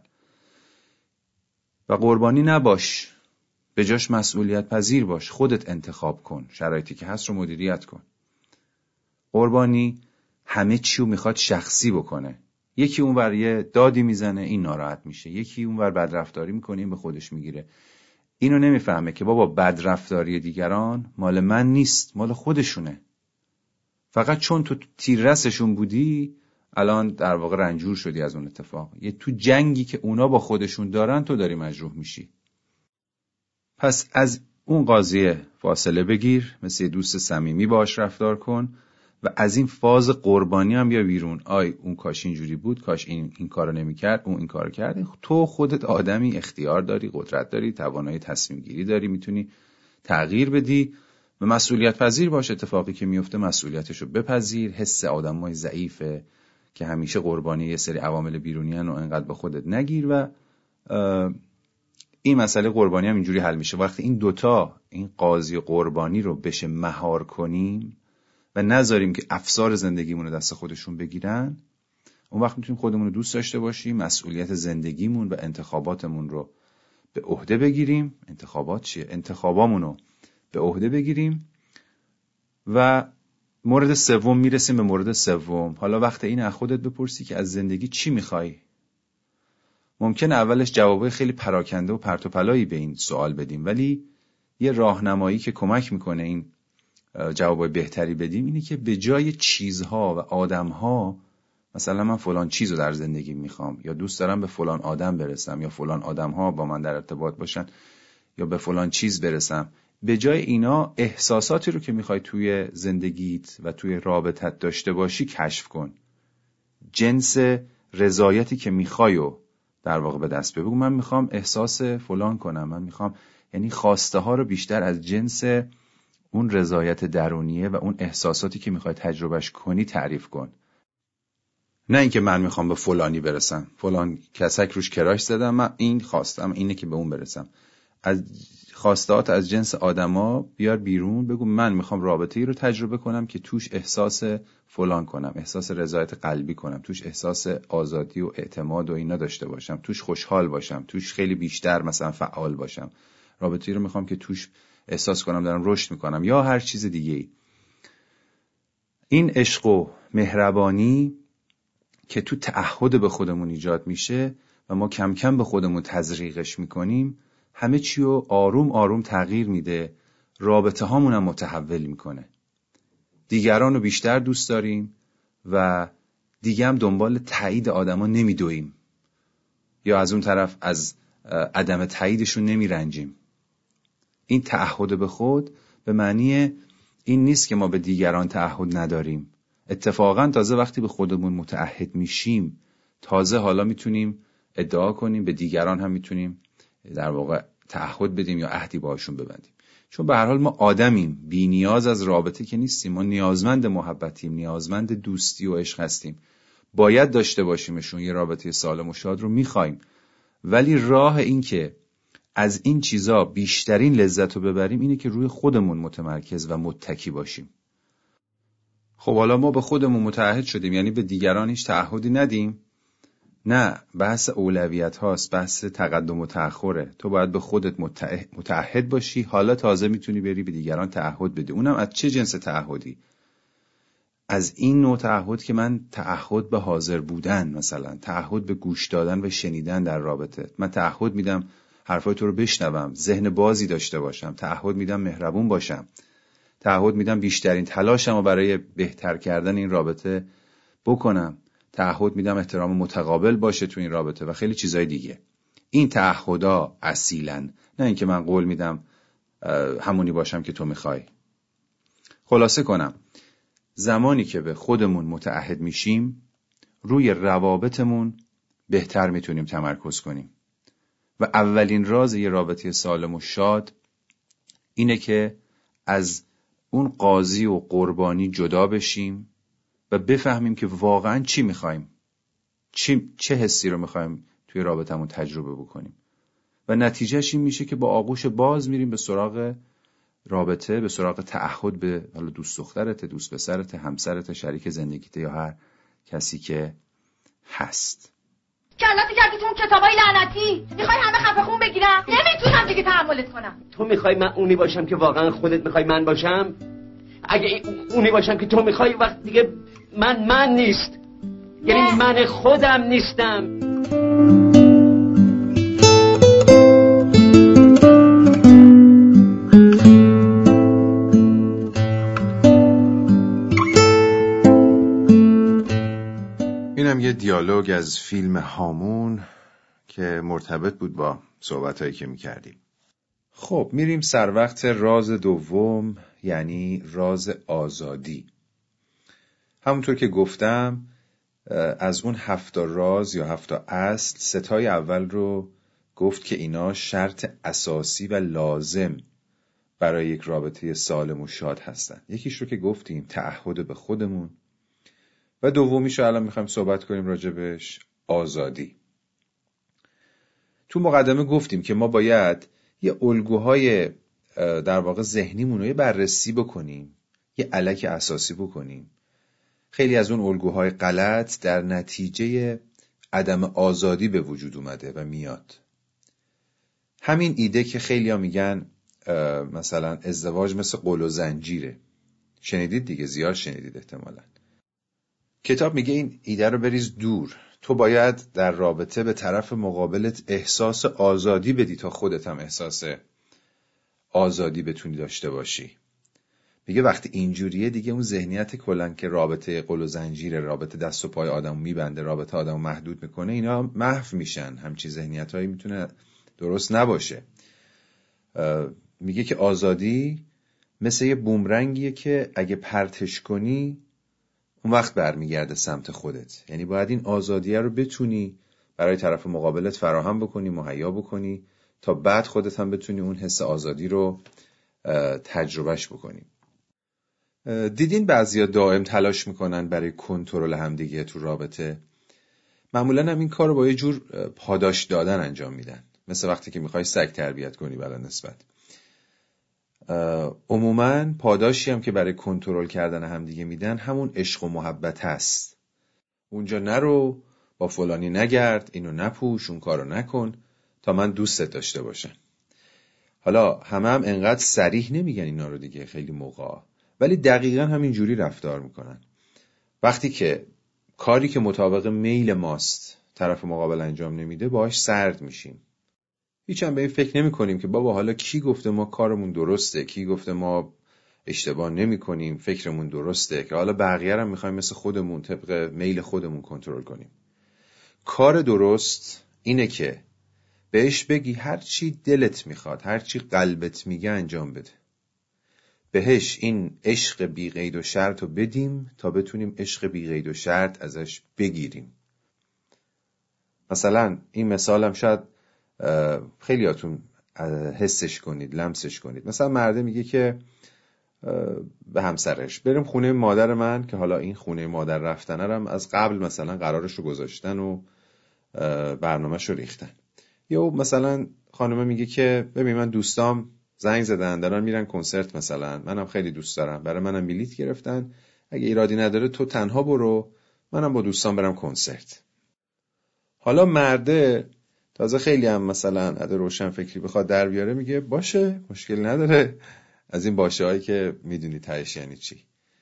و قربانی نباش، به جاش مسئولیت پذیر باش، خودت انتخاب کن، شرایطی که هست رو مدیریت کن. قربانی همه چی رو میخواد شخصی بکنه. یکی اونور یه دادی میزنه این ناراحت میشه، یکی اونور بدرفتاری میکنه این به خودش میگیره. اینو نمیفهمه که بابا بدرفتاری دیگران مال من نیست، مال خودشونه. فقط چون تو تیررسشون بودی الان در واقع رنجور شدی از اون اتفاق. یه تو جنگی که اونا با خودشون دارن تو داری مجروح میشی. پس از اون قاضیه فاصله بگیر، مثل یه دوست صمیمی باش رفتار کن و از این فاز قربانی هم بیا بیرون. اون کاش اینجوری بود، کاش این کارو نمی‌کرد، اون این کارو کرد. تو خودت آدمی، اختیار داری، قدرت داری، توانایی تصمیم گیری داری، میتونی تغییر بدی و مسئولیت پذیر باش. اتفاقی که میفته مسئولیتشو بپذیر. حس آدمای ضعیفه که همیشه قربانی یه سری عوامل بیرونی ان و انقدر به خودت نگیر. و این مسئله قربانی هم اینجوری حل میشه وقتی این دوتا، این قاضی و قربانی رو بشه مهار کنیم و نذاریم که افسار زندگیمون رو دست خودشون بگیرن. اون وقت میتونیم خودمون رو دوست داشته باشیم، مسئولیت زندگیمون و انتخاباتمون رو به عهده بگیریم. انتخابات چیه؟ انتخابامون رو به عهده بگیریم. و مورد سوم میرسیم به مورد سوم. حالا وقت این از خودت بپرسی که از زندگی چی میخوای. ممکنه اولش جوابای خیلی پراکنده و پرت و پلایی به این سوال بدیم، ولی یه راهنمایی که کمک میکنه این جوابای بهتری بدیم اینه که به جای چیزها و آدمها، مثلا من فلان چیزو در زندگی میخوام، یا دوست دارم به فلان آدم برسم، یا فلان آدمها با من در ارتباط باشن، یا به فلان چیز برسم، به جای اینا احساساتی رو که میخوای توی زندگیت و توی رابطت داشته باشی کشف کن. جنس رضایتی که میخوای و در واقع به دست بگو من میخوام احساس فلان کنم، من میخوام، یعنی خواسته ها رو بیشتر از جنس اون رضایت درونیه و اون احساساتی که میخوای تجربهش کنی تعریف کن. نه اینکه من میخوام به فلانی برسم، فلان کسک روش کراش زدم، من این خواستم اینه که به اون برسم. از خواستهات از جنس آدما بیار بیرون، بگو من میخوام رابطه‌ای رو تجربه کنم که توش احساس فلان کنم، احساس رضایت قلبی کنم، توش احساس آزادی و اعتماد و اینا داشته باشم، توش خوشحال باشم، توش خیلی بیشتر مثلا فعال باشم. رابطه‌ای رو میخوام که توش احساس کنم دارم رشد میکنم یا هر چیز دیگه‌ای. این عشق و مهربانی که تو تعهد به خودمون ایجاد میشه و ما کم کم به خودمون تزریقش میکنیم، همه چی رو آروم آروم تغییر میده، رابطه هامون هم متحول میکنه. دیگران رو بیشتر دوست داریم و دیگه هم دنبال تایید آدما نمیدویم یا از اون طرف از عدم تاییدشون نمیرنجیم. این تعهد به خود به معنی این نیست که ما به دیگران تعهد نداریم. اتفاقا تازه وقتی به خودمون متعهد میشیم، تازه حالا میتونیم ادعا کنیم به دیگران هم میتونیم در واقع تعهد بدیم یا عهدی باشون ببندیم. چون به هر حال ما آدمیم، بی نیاز از رابطه که نیستیم. ما نیازمند محبتیم، نیازمند دوستی و عشق هستیم. باید داشته باشیمشون، یه رابطه سالم و شاد رو میخوایم. ولی راه این که از این چیزا بیشترین لذت رو ببریم اینه که روی خودمون متمرکز و متکی باشیم. خب حالا ما به خودمون متعهد شدیم، یعنی به دیگران هیچ تعهدی ندیم؟ نه، بحث اولویت هاست، بحث تقدم و تأخره. تو باید به خودت متعهد باشی، حالا تازه میتونی بری به دیگران تعهد بدی. اونم از چه جنس تعهدی؟ از این نوع تعهد که من تعهد به حاضر بودن، مثلا تعهد به گوش دادن و شنیدن در رابطه. من تعهد میدم حرفای تو رو بشنوم، ذهن بازی داشته باشم، تعهد میدم مهربون باشم، تعهد میدم بیشترین تلاشمو برای بهتر کردن این رابطه بکنم، تعهد میدم احترام متقابل باشه تو این رابطه و خیلی چیزای دیگه. این تعهدا اصیلن، نه اینکه من قول میدم همونی باشم که تو میخوای. خلاصه کنم، زمانی که به خودمون متعهد میشیم روی روابطمون بهتر میتونیم تمرکز کنیم. و اولین راز یه رابطه سالم و شاد اینه که از اون قاضی و قربانی جدا بشیم و بفهمیم که واقعا چی میخوایم، چه حسی رو میخوایم توی رابطمون تجربه بکنیم. و نتیجهش این میشه که با آغوش باز میریم به سراغ رابطه، به سراغ تعهد به حالا دوست دخترت، دوست پسرت، همسرت، شریک زندگیت یا هر کسی که هست. کلاتو کردی تو اون کتابای لعنتی. میخوای همه خفه خون بگیرم؟ نمیتونم دیگه تحملت کنم. تو میخوای من اونی باشم که واقعا خودت میخوای من باشم؟ اگه اونی باشم که تو میخوای، وقت دیگه من نیست. یعنی من خودم نیستم. اینم یه دیالوگ از فیلم هامون که مرتبط بود با صحبتایی که میکردیم. خب میریم سر وقت راز دوم، یعنی راز آزادی. همونطور که گفتم از اون 7 راز یا 7 اصل، 3 اول رو گفت که اینا شرط اساسی و لازم برای یک رابطه سالم و شاد هستن. یکیش رو که گفتیم تعهد به خودمون و دومیش رو الان میخوایم صحبت کنیم راجبش، آزادی. تو مقدمه گفتیم که ما باید یه الگوهای در واقع ذهنیمون رو بررسی بکنیم، یه الک اساسی بکنیم. خیلی از اون الگوهای غلط در نتیجه عدم آزادی به وجود اومده و میاد. همین ایده که خیلی‌ها میگن مثلا ازدواج مثل قل و زنجیره، شنیدید دیگه، زیاد شنیدید احتمالاً. کتاب میگه این ایده رو بریز دور. تو باید در رابطه به طرف مقابلت احساس آزادی بدی تا خودت هم احساس آزادی بتونی داشته باشی. میگه وقتی اینجوریه دیگه اون ذهنیت کلن که رابطه قل و زنجیره، رابطه دست و پای آدمو میبنده، رابطه آدمو محدود میکنه، اینا محو میشن. همچین ذهنیتایی میتونه درست نباشه. میگه که آزادی مثل یه بومرنگیه که اگه پرتش کنی اون وقت برمیگرده سمت خودت. یعنی باید این آزادیه رو بتونی برای طرف مقابلت فراهم بکنی، مهیا بکنی، تا بعد خودت هم بتونی اون حس آزادی رو تجربهش بکنی. دیدین بعضیا دائم تلاش میکنن برای کنترل همدیگه تو رابطه. معمولا هم این کار رو با یه جور پاداش دادن انجام میدن، مثل وقتی که میخوای سگ تربیت کنی برای نسبت. عموما پاداشی هم که برای کنترل کردن همدیگه میدن همون عشق و محبت هست. اونجا نرو، با فلانی نگرد، اینو نپوش، اون کارو نکن تا من دوستت داشته باشم. حالا همه هم انقدر صریح نمیگن اینا رو دیگه، خیلی موقع، ولی دقیقا همین جوری رفتار میکنن. وقتی که کاری که مطابق میل ماست طرف مقابل انجام نمیده باهاش سرد میشیم. هیچ هم به این فکر نمی کنیم که بابا حالا کی گفته ما کارمون درسته، کی گفته ما اشتباه نمی کنیم، فکرمون درسته، که حالا بقیه هم میخوایم مثل خودمون طبق میل خودمون کنترل کنیم. کار درست اینه که بهش بگی هر چی دلت میخواد، هر چی قلبت میگه انجام بده. بهش این عشق بی قید و شرط رو بدیم تا بتونیم عشق بی قید و شرط ازش بگیریم. مثلا این مثالم شاید خیلیاتون حسش کنید، لمسش کنید. مثلا مرده میگه که به همسرش بریم خونه مادر من، که حالا این خونه مادر رفتن هم از قبل مثلا قرارش رو گذاشتن و برنامه‌ش رو ریختن. یا مثلا خانومه میگه که ببین من دوستام زنگ زدن دارن میرن کنسرت، مثلا منم خیلی دوست دارم، برای منم بلیت گرفتن، اگه ایرادی نداره تو تنها برو، منم با دوستان برم کنسرت. حالا مرده تازه خیلی هم مثلا عده روشن فکری بخواد در بیاره میگه باشه، مشکل نداره، از این باشه هایی که میدونی تهش یعنی چی.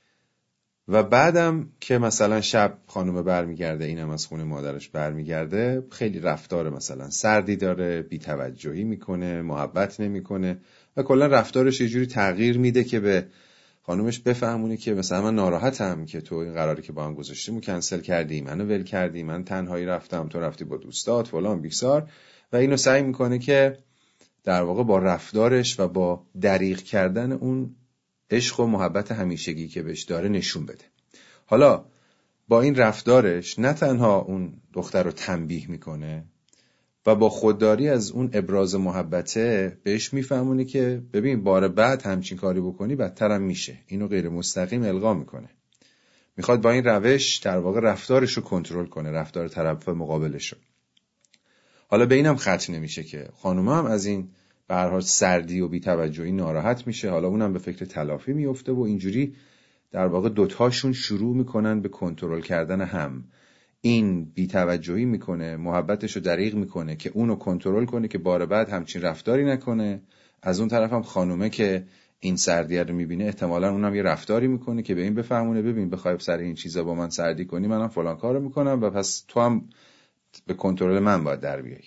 و بعدم که مثلا شب خانومه برمیگرده، اینم از خونه مادرش برمیگرده، خیلی رفتار مثلا سردی داره، بی‌توجهی میکنه، محبت نمیکنه و کلا رفتارش یه جوری تغییر میده که به خانومش بفهمونه که مثلا من ناراحتم که تو این قراری که با هم گذاشتیم کنسل کردی، منو ول کردی، من تنهایی رفتم، تو رفتی با دوستات فلان بیسار. و اینو سعی میکنه که در واقع با رفتارش و با دریغ کردن اون عشق و محبت همیشگی که بهش داره نشون بده. حالا با این رفتارش نه تنها اون دختر رو تنبیه میکنه و با خودداری از اون ابراز محبته بهش میفهمونه که ببین بار بعد همچین کاری بکنی بدترم میشه. اینو غیر مستقیم القا میکنه. میخواد با این روش در واقع رفتارش رو کنترل کنه، رفتار طرف مقابلش رو. حالا به اینم ختم نمیشه که خانومه هم از این به هر حال سردی و بی‌توجهی ناراحت میشه، حالا اونم به فکر تلافی میفته و اینجوری در واقع دوتاشون شروع میکنن به کنترل کردن هم. این بی‌توجهی میکنه، محبتشو دریغ میکنه که اونو کنترل کنه که بار بعد همچین رفتاری نکنه. از اون طرف هم خانومه که این سردی رو میبینه احتمالاً اونم یه رفتاری میکنه که به این بفهمونه ببین بخوای سر این چیزا با من سردی کنی منم فلان کارو میکنم و پس تو هم به کنترل من باید در بیای.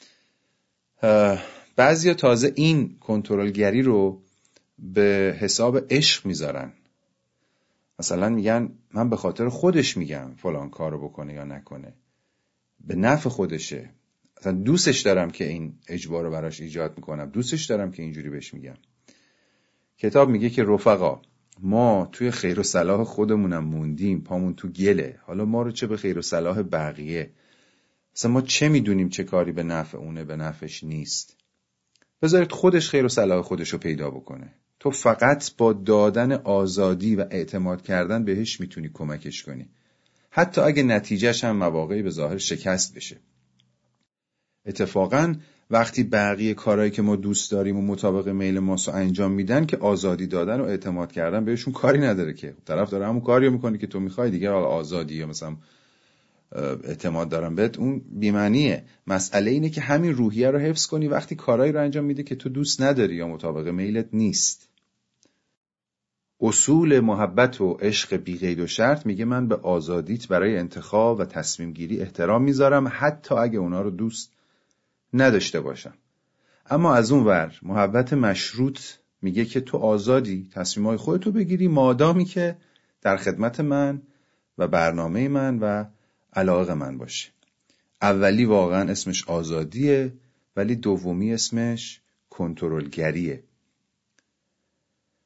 بعضیا تازه این کنترلگری رو به حساب عشق میذارن. مثلا میگن من به خاطر خودش میگم فلان کارو بکنه یا نکنه، به نفع خودشه، مثلا دوستش دارم که این اجبار رو براش ایجاد میکنم، دوستش دارم که اینجوری بهش میگم. کتاب میگه که رفقا ما توی خیر و صلاح خودمونم موندیم، پامون تو گله، حالا ما رو چه به خیر و صلاح بقیه. مثلا ما چه میدونیم چه کاری به نفع اونه به نفعش نیست. بذارید خودش خیر و صلاح خودش رو پیدا بکنه. تو فقط با دادن آزادی و اعتماد کردن بهش میتونی کمکش کنی، حتی اگه نتیجهش هم مواقعی به ظاهر شکست بشه. اتفاقاً وقتی بقیه کارهایی که ما دوست داریم و مطابق میل ماست انجام میدن که آزادی دادن و اعتماد کردن بهشون کاری نداره، که طرف داره همون کاریو میکنه که تو میخوای دیگه، آزادی یا مثلا اعتماد دارم بهت، اون بی‌معنیه. مسئله اینه که همین روحیه رو حفظ کنی وقتی کارهایی رو انجام میده که تو دوست نداری یا مطابق میلت نیست. اصول محبت و عشق بی قید و شرط میگه من به آزادیت برای انتخاب و تصمیم گیری احترام میذارم حتی اگه اونا رو دوست نداشته باشم. اما از اون ور محبت مشروط میگه که تو آزادی تصمیمای خودتو بگیری مادامی که در خدمت من و برنامه من و علاقه من باشه. اولی واقعا اسمش آزادیه، ولی دومی اسمش کنترلگریه.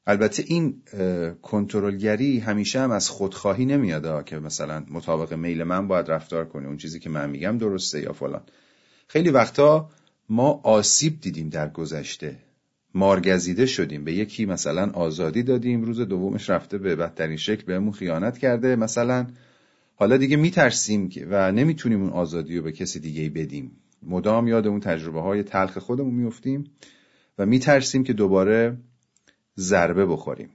البته این کنترلگری همیشه هم از خودخواهی نمیاد که مثلا مطابق میل من باید رفتار کنی، اون چیزی که من میگم درسته یا فلان. خیلی وقتا ما آسیب دیدیم در گذشته، مارگزیده شدیم، به یکی مثلا آزادی دادیم، روز دومش رفته به بدترین شکل بهمون خیانت کرده مثلا. حالا دیگه میترسیم و نمیتونیم اون آزادی رو به کسی دیگه بدیم، مدام یاد اون تجربه های تلخ خودمون میفتیم و میترسیم که دوباره ضربه بخوریم.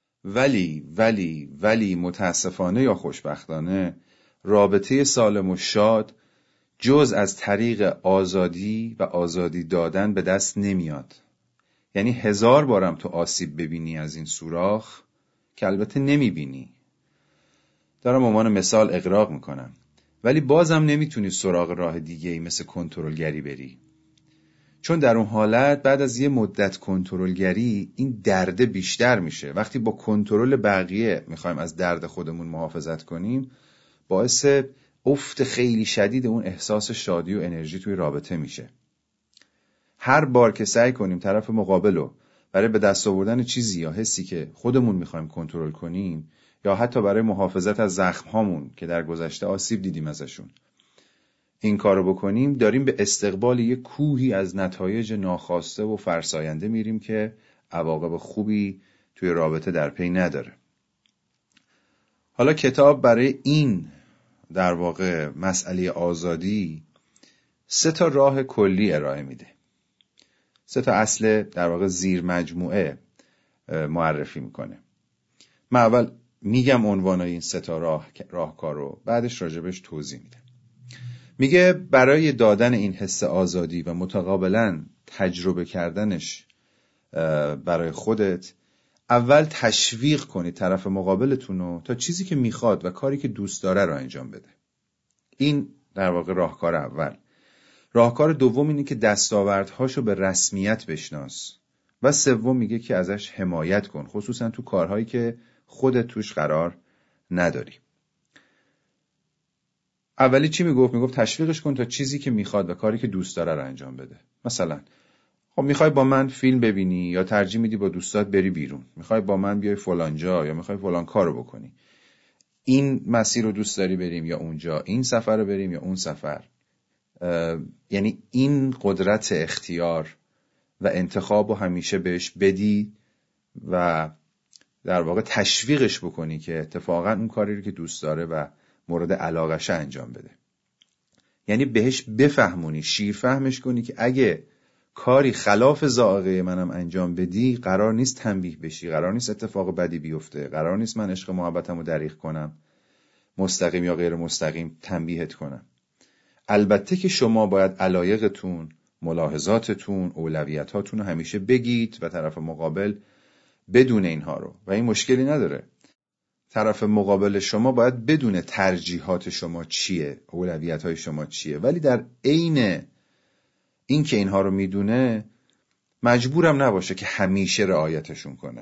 ولی متاسفانه یا خوشبختانه رابطه سالم و شاد جز از طریق آزادی و آزادی دادن به دست نمیاد. یعنی 1000 بارم تو آسیب ببینی از این سوراخ که البته نمیبینی، دارم عنوان مثال اغراق میکنم، ولی بازم نمیتونی سراغ راه دیگه‌ای مثل کنترلگری بری، چون در اون حالت بعد از یه مدت کنترلگری این درد بیشتر میشه. وقتی با کنترل بقیه میخوایم از درد خودمون محافظت کنیم، باعث افت خیلی شدید اون احساس شادی و انرژی توی رابطه میشه. هر بار که سعی کنیم طرف مقابلو برای به دست آوردن چیزی یا حسی که خودمون میخوایم کنترل کنیم، یا حتی برای محافظت از زخم هامون که در گذشته آسیب دیدیم ازشون، این کارو بکنیم، داریم به استقبال یک کوهی از نتایج ناخواسته و فرساینده میریم که عواقب خوبی توی رابطه در پی نداره. حالا کتاب برای این در واقع مسئله آزادی 3 راه کلی ارائه میده، 3 اصل در واقع زیر مجموعه معرفی میکنه. من اول میگم عنوانای این 3 راهکار رو، بعدش راجبش توضیح میدم. میگه برای دادن این حس آزادی و متقابلا تجربه کردنش برای خودت، اول تشویق کنی طرف مقابلتون رو تا چیزی که میخواد و کاری که دوست داره رو انجام بده. این در واقع راهکار اول. راهکار دوم اینه که دستاوردهاشو به رسمیت بشناس و سوم میگه که ازش حمایت کن، خصوصا تو کارهایی که خودت توش قرار نداری. اولی چی میگفت؟ میگفت تشویقش کن تا چیزی که میخواد و کاری که دوست داره رو انجام بده. مثلا خب میخوای با من فیلم ببینی یا ترجیح میدی با دوستات بری بیرون، میخوای با من بیای فلان جا یا میخوای فلان کارو بکنی، این مسیر رو دوست داری بریم یا اونجا، این سفر رو بریم یا اون سفر. یعنی این قدرت اختیار و انتخاب رو همیشه بهش بدی و در واقع تشویقش بکنی که اتفاقا اون کاری رو که دوست داره و مورد علاقش انجام بده. یعنی بهش بفهمونی، شیرفهمش کنی که اگه کاری خلاف ذائقه منم انجام بدی قرار نیست تنبیه بشی، قرار نیست اتفاق بدی بیفته، قرار نیست من عشق محبتمو دریغ کنم، مستقیم یا غیر مستقیم تنبیهت کنم. البته که شما باید علایقتون، ملاحظاتتون، اولویتاتون رو همیشه بگید و طرف مقابل بدون اینها رو، و این مشکلی نداره. طرف مقابل شما باید بدون ترجیحات شما چیه، اولویت‌های شما چیه، ولی در عین این که اینها رو میدونه مجبورم نباشه که همیشه رعایتشون کنه.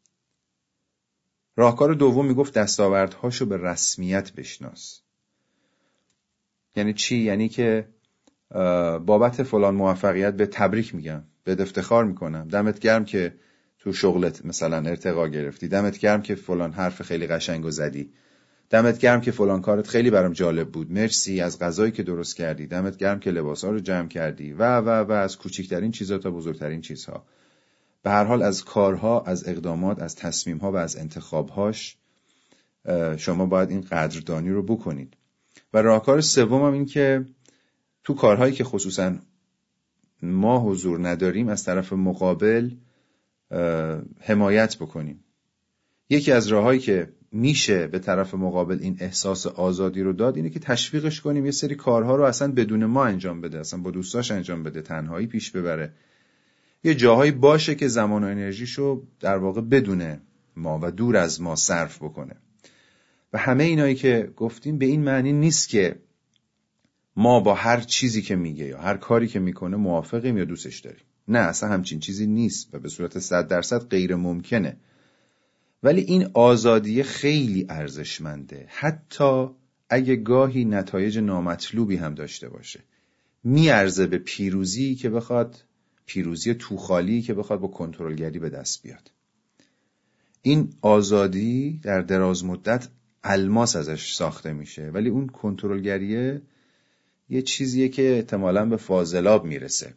راهکار دوم میگفت دستاوردهاشو به رسمیت بشناس. یعنی چی؟ یعنی که بابت فلان موفقیت به تبریک میگم، به افتخار میکنم، دمت گرم که تو شغلت مثلا ارتقا گرفتی، دمت گرم که فلان حرف خیلی قشنگو زدی، دمت گرم که فلان کارت خیلی برام جالب بود، مرسی از غذایی که درست کردی، دمت گرم که لباسا رو جمع کردی و از کوچکترین چیزا تا بزرگترین چیزها. به هر حال از کارها، از اقدامات، از تصمیمها و از انتخابهاش شما باید این قدردانی رو بکنید. و راهکار سوم هم این که تو کارهایی که خصوصا ما حضور نداریم از طرف مقابل حمایت بکنیم. یکی از راهایی که میشه به طرف مقابل این احساس آزادی رو داد اینه که تشویقش کنیم یه سری کارها رو اصلا بدون ما انجام بده، اصلا با دوستاش انجام بده، تنهایی پیش ببره، یه جاهایی باشه که زمان و انرژیشو در واقع بدون ما و دور از ما صرف بکنه. و همه اینایی که گفتیم به این معنی نیست که ما با هر چیزی که میگه یا هر کاری که میکنه موافقیم یا دوستش داریم. نه، اصلا همچین چیزی نیست و به صورت 100% غیر ممکنه. ولی این آزادی خیلی ارزشمنده، حتی اگه گاهی نتایج نامطلوبی هم داشته باشه. میارزه به پیروزی که بخواد، پیروزی توخالی که بخواد با کنترلگری به دست بیاد. این آزادی در دراز مدت الماس ازش ساخته میشه، ولی اون کنترلگریه یه چیزیه که احتمالاً به فاضلاب میرسه.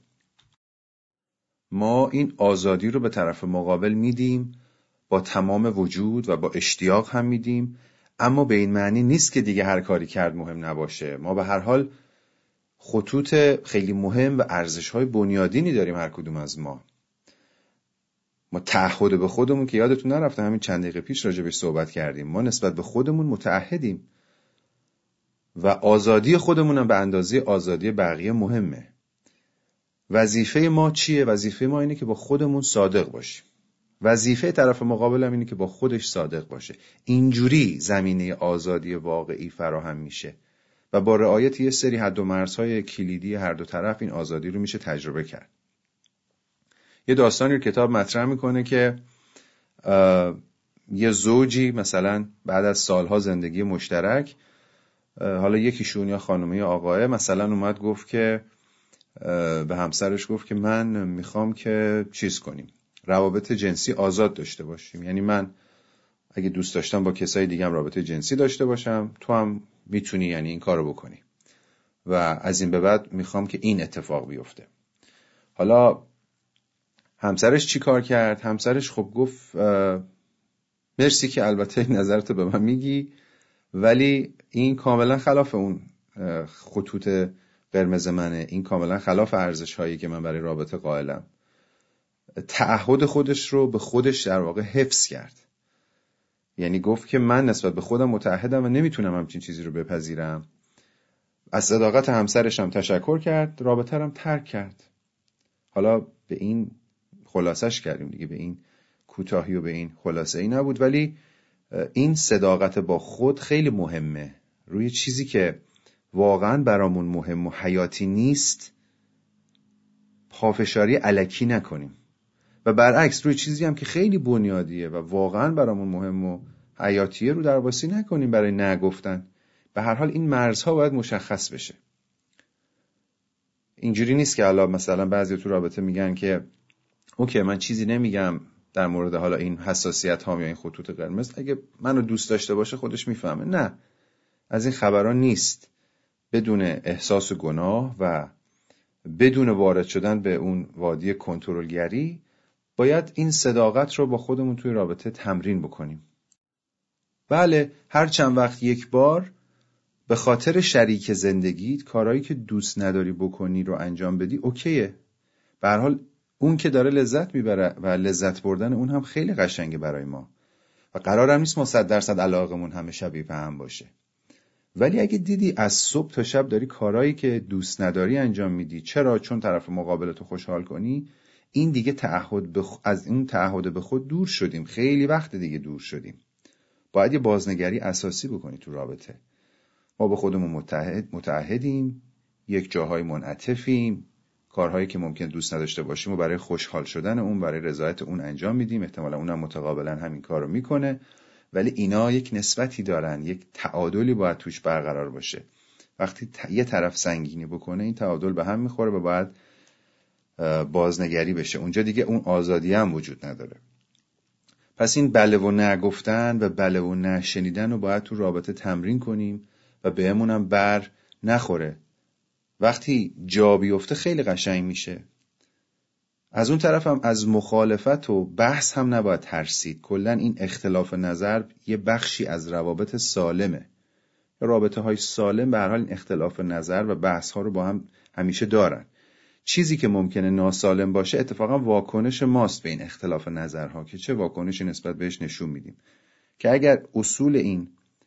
ما این آزادی رو به طرف مقابل میدیم، با تمام وجود و با اشتیاق هم میدیم، اما به این معنی نیست که دیگه هر کاری کرد مهم نباشه. ما به هر حال خطوط خیلی مهم و ارزش‌های بنیادینی داریم هر کدوم از ما. ما تعهد به خودمون که یادتون نرفته همین چند دقیقه پیش راجبش صحبت کردیم، ما نسبت به خودمون متعهدیم و آزادی خودمون هم به اندازه آزادی بقیه مهمه. وظیفه ما چیه؟ وظیفه ما اینه که با خودمون صادق باشیم. وظیفه طرف مقابل هم اینه که با خودش صادق باشه. اینجوری زمینه آزادی واقعی فراهم میشه و با رعایت یه سری حد و مرزهای کلیدی هر دو طرف این آزادی رو میشه تجربه کرد. یه داستانی رو کتاب مطرح میکنه که یه زوجی مثلا بعد از سالها زندگی مشترک، حالا یکیشون یا خانومه یا آقاه مثلا اومد گفت که به همسرش گفت که من میخوام که چیز کنیم، روابط جنسی آزاد داشته باشیم. یعنی من اگه دوست داشتم با کسای دیگه هم رابطه جنسی داشته باشم، تو هم میتونی یعنی این کارو بکنی و از این به بعد میخوام که این اتفاق بیفته. حالا همسرش چی کار کرد؟ همسرش خب گفت مرسی که البته نظرتو به من میگی، ولی این کاملا خلاف اون خطوط قرمز منه، این کاملا خلاف ارزش هایی که من برای رابطه قائلم. تعهد خودش رو به خودش در واقع حفظ کرد. یعنی گفت که من نسبت به خودم متعهدم و نمیتونم همچین چیزی رو بپذیرم. از صداقت همسرش هم تشکر کرد، رابطه رو هم ترک کرد. حالا به این خلاصش کردیم دیگه، به این کوتاهی و به این خلاصه ای نبود، ولی این صداقت با خود خیلی مهمه. روی چیزی که واقعا برامون مهم و حیاتی نیست پافشاری الکی نکنیم و برعکس روی چیزی هم که خیلی بنیادیه و واقعا برامون مهم و حیاتیه رو درواسی نکنیم برای نگفتن. به هر حال این مرزها باید مشخص بشه. اینجوری نیست که حالا مثلا بعضی تو رابطه میگن که اوکی من چیزی نمیگم در مورد حالا این حساسیت ها یا این خطوط قرمز، اگه منو دوست داشته باشه خودش میفهمه. نه، از این خبران نیست. بدون احساس گناه و بدون وارد شدن به اون وادی کنترلگری باید این صداقت رو با خودمون توی رابطه تمرین بکنیم. بله، هر چند وقت یک بار به خاطر شریک زندگیت کارهایی که دوست نداری بکنی رو انجام بدی اوکیه. به هر حال اون که داره لذت میبره و لذت بردن اون هم خیلی قشنگه برای ما و قرارم نیست ما 100% علاقمون همه شبیه به هم باشه. ولی اگه دیدی از صبح تا شب داری کارهایی که دوست نداری انجام میدی، چرا؟ چون طرف مقابلتو خوشحال کنی، این دیگه از این تعهد به خود دور شدیم. خیلی وقت دیگه دور شدیم. باید یه بازنگری اساسی بکنی تو رابطه. ما به خودمون متعهدیم، یک جاهای منعطفیم، کارهایی که ممکن دوست نداشته باشیم و برای خوشحال شدن اون، برای رضایت اون انجام میدیم. احتمالا اونم متقابلا همین کارو میکنه، ولی اینا یک نسبتی دارن، یک تعادلی باید توش برقرار باشه. وقتی یه طرف سنگینی بکنه این تعادل به هم میخوره و باید بازنگری بشه. اونجا دیگه اون آزادی هم وجود نداره. پس این بله و نه گفتن و بله و نه شنیدن رو باید تو رابطه تمرین کنیم و بهمون هم بر نخوره. وقتی جا بیفته خیلی قشنگ میشه. از اون طرف هم از مخالفت و بحث هم نباید ترسید. کلا این اختلاف نظر یه بخشی از روابط سالمه. رابطه های سالم به هر حال این اختلاف نظر و بحث ها رو با هم همیشه دارن. چیزی که ممکنه ناسالم باشه اتفاقا واکنش ماست به این اختلاف نظرها که چه واکنشی نسبت بهش نشون میدیم. که اگر اصول این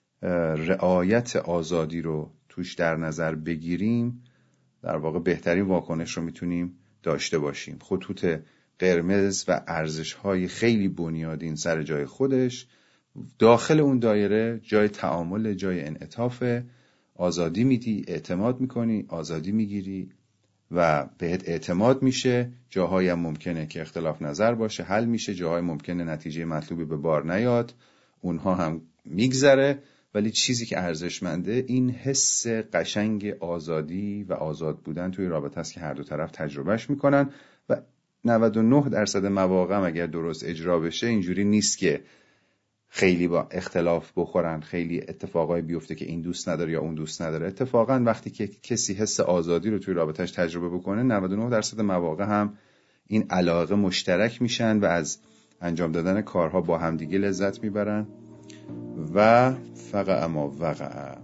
رعایت آزادی رو توش در نظر بگیریم، در واقع بهترین واکنش رو میتونیم داشته باشیم. خطوط قرمز و ارزش‌های خیلی بنیادین سر جای خودش، داخل اون دایره جای تعامل، جای انعطاف. آزادی میدی، اعتماد میکنی، آزادی میگیری و بهت اعتماد میشه. جاهایی هم ممکنه که اختلاف نظر باشه، حل میشه. جاهای ممکنه نتیجه مطلوبی به بار نیاد، اونها هم میگذره. ولی چیزی که ارزشمنده این حس قشنگ آزادی و آزاد بودن توی رابطه است که هر دو طرف تجربهش میکنن و 99% مواقع اگر درست اجرا بشه اینجوری نیست که خیلی با اختلاف بخورن، خیلی اتفاقای بیفته که این دوست نداره یا اون دوست نداره. اتفاقا وقتی که کسی حس آزادی رو توی رابطه‌اش تجربه بکنه 99% مواقع هم این علاقه مشترک میشن و از انجام دادن کارها با همدیگه لذت میبرن و فقط اما وقع.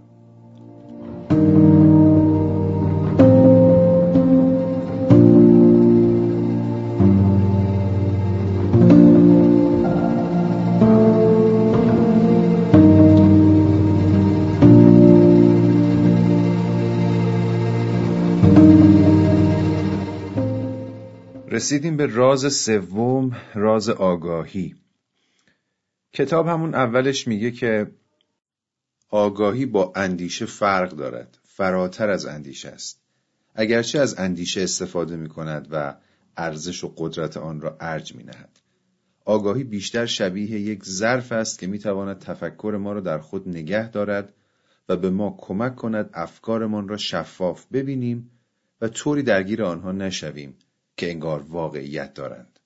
رسیدیم به راز سوم، راز آگاهی. کتاب همون اولش میگه که آگاهی با اندیشه فرق دارد، فراتر از اندیشه است. اگرچه از اندیشه استفاده میکند و ارزش و قدرت آن را ارج مینهد. آگاهی بیشتر شبیه یک ظرف است که میتواند تفکر ما را در خود نگه دارد و به ما کمک کند افکارمان را شفاف ببینیم و طوری درگیر آنها نشویم که انگار واقعیت دارند.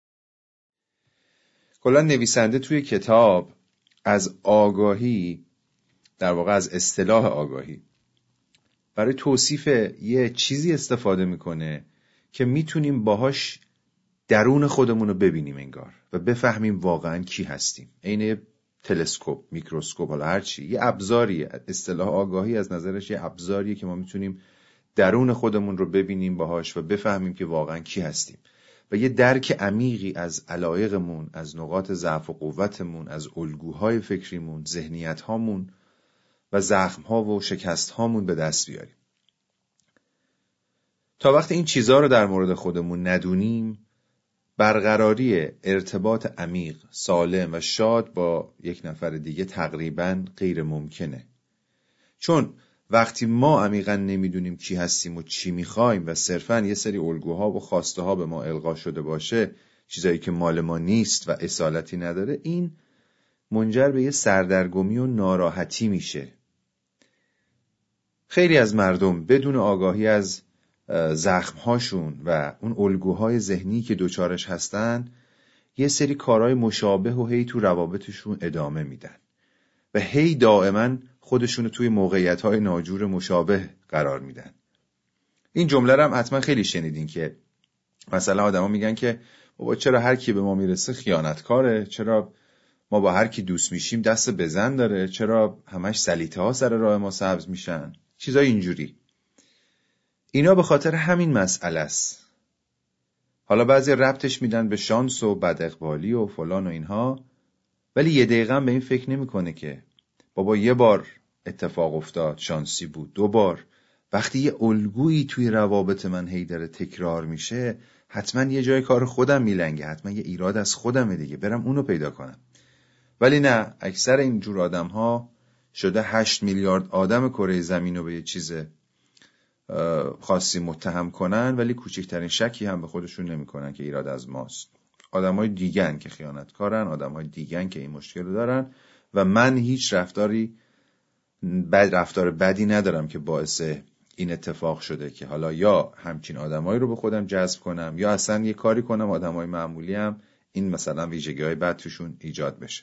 کلا نویسنده توی کتاب از آگاهی، در واقع از اصطلاح آگاهی، برای توصیف یه چیزی استفاده میکنه که میتونیم باهاش درون خودمون رو ببینیم انگار و بفهمیم واقعا کی هستیم. عین تلسکوپ، میکروسکوپ، حالا هر چی، یه ابزاریه. اصطلاح آگاهی از نظرش یه ابزاریه که ما میتونیم درون خودمون رو ببینیم باهاش و بفهمیم که واقعا کی هستیم و یه درک عمیقی از علایقمون، از نقاط ضعف و قوتمون، از الگوهای فکریمون، ذهنیت‌هامون و زخم‌ها و شکست‌هامون به دست بیاریم. تا وقتی این چیزها رو در مورد خودمون ندونیم، برقراری ارتباط عمیق، سالم و شاد با یک نفر دیگه تقریباً غیر ممکنه. چون وقتی ما عمیقاً نمیدونیم کی هستیم و چی میخوایم و صرفاً یه سری الگوها و خواسته ها به ما القا شده باشه، چیزایی که مال ما نیست و اصالتی نداره، این منجر به یه سردرگمی و ناراحتی میشه. خیلی از مردم بدون آگاهی از زخمهاشون و اون الگوهای ذهنی که دوچارش هستن، یه سری کارهای مشابه و هی تو روابطشون ادامه میدن و هی دائما خودشونو توی موقعیت‌های ناجور مشابه قرار میدن. این جمله رو هم حتما خیلی شنیدین که مثلا آدما میگن که بابا چرا هر کی به ما میرسه خیانتکاره، چرا ما با هر کی دوست میشیم دست بزن داره، چرا همش سلیطه ها سر راه ما سبز میشن، چیزای اینجوری. اینا به خاطر همین مسئله است. حالا بعضی ربطش میدن به شانس و بد اقبالی و فلان و اینها، ولی یه دقیقه هم به این فکر نمیکنه که بابا یه بار اتفاق افتاد شانسی بود، 2 بار. وقتی یه الگویی توی روابط من هی داره تکرار میشه، حتما یه جای کار خودم میلنگه، حتما یه ایراد از خودمه دیگه، برم اونو پیدا کنم. ولی نه، اکثر اینجور آدم ها شده 8 میلیارد آدم کره زمین رو به یه چیز خاصی متهم کنن، ولی کوچکترین شکی هم به خودشون نمی کنن که ایراد از ماست. آدمای دیگن که خیانتکارن، آدمای دیگن که این مشکل رو دارن و من هیچ رفتار بدی ندارم که باعث این اتفاق شده که حالا یا همچین آدمایی رو به خودم جذب کنم یا اصلا یه کاری کنم آدمای معمولی هم این مثلا ویژگی‌های بد توشون ایجاد بشه.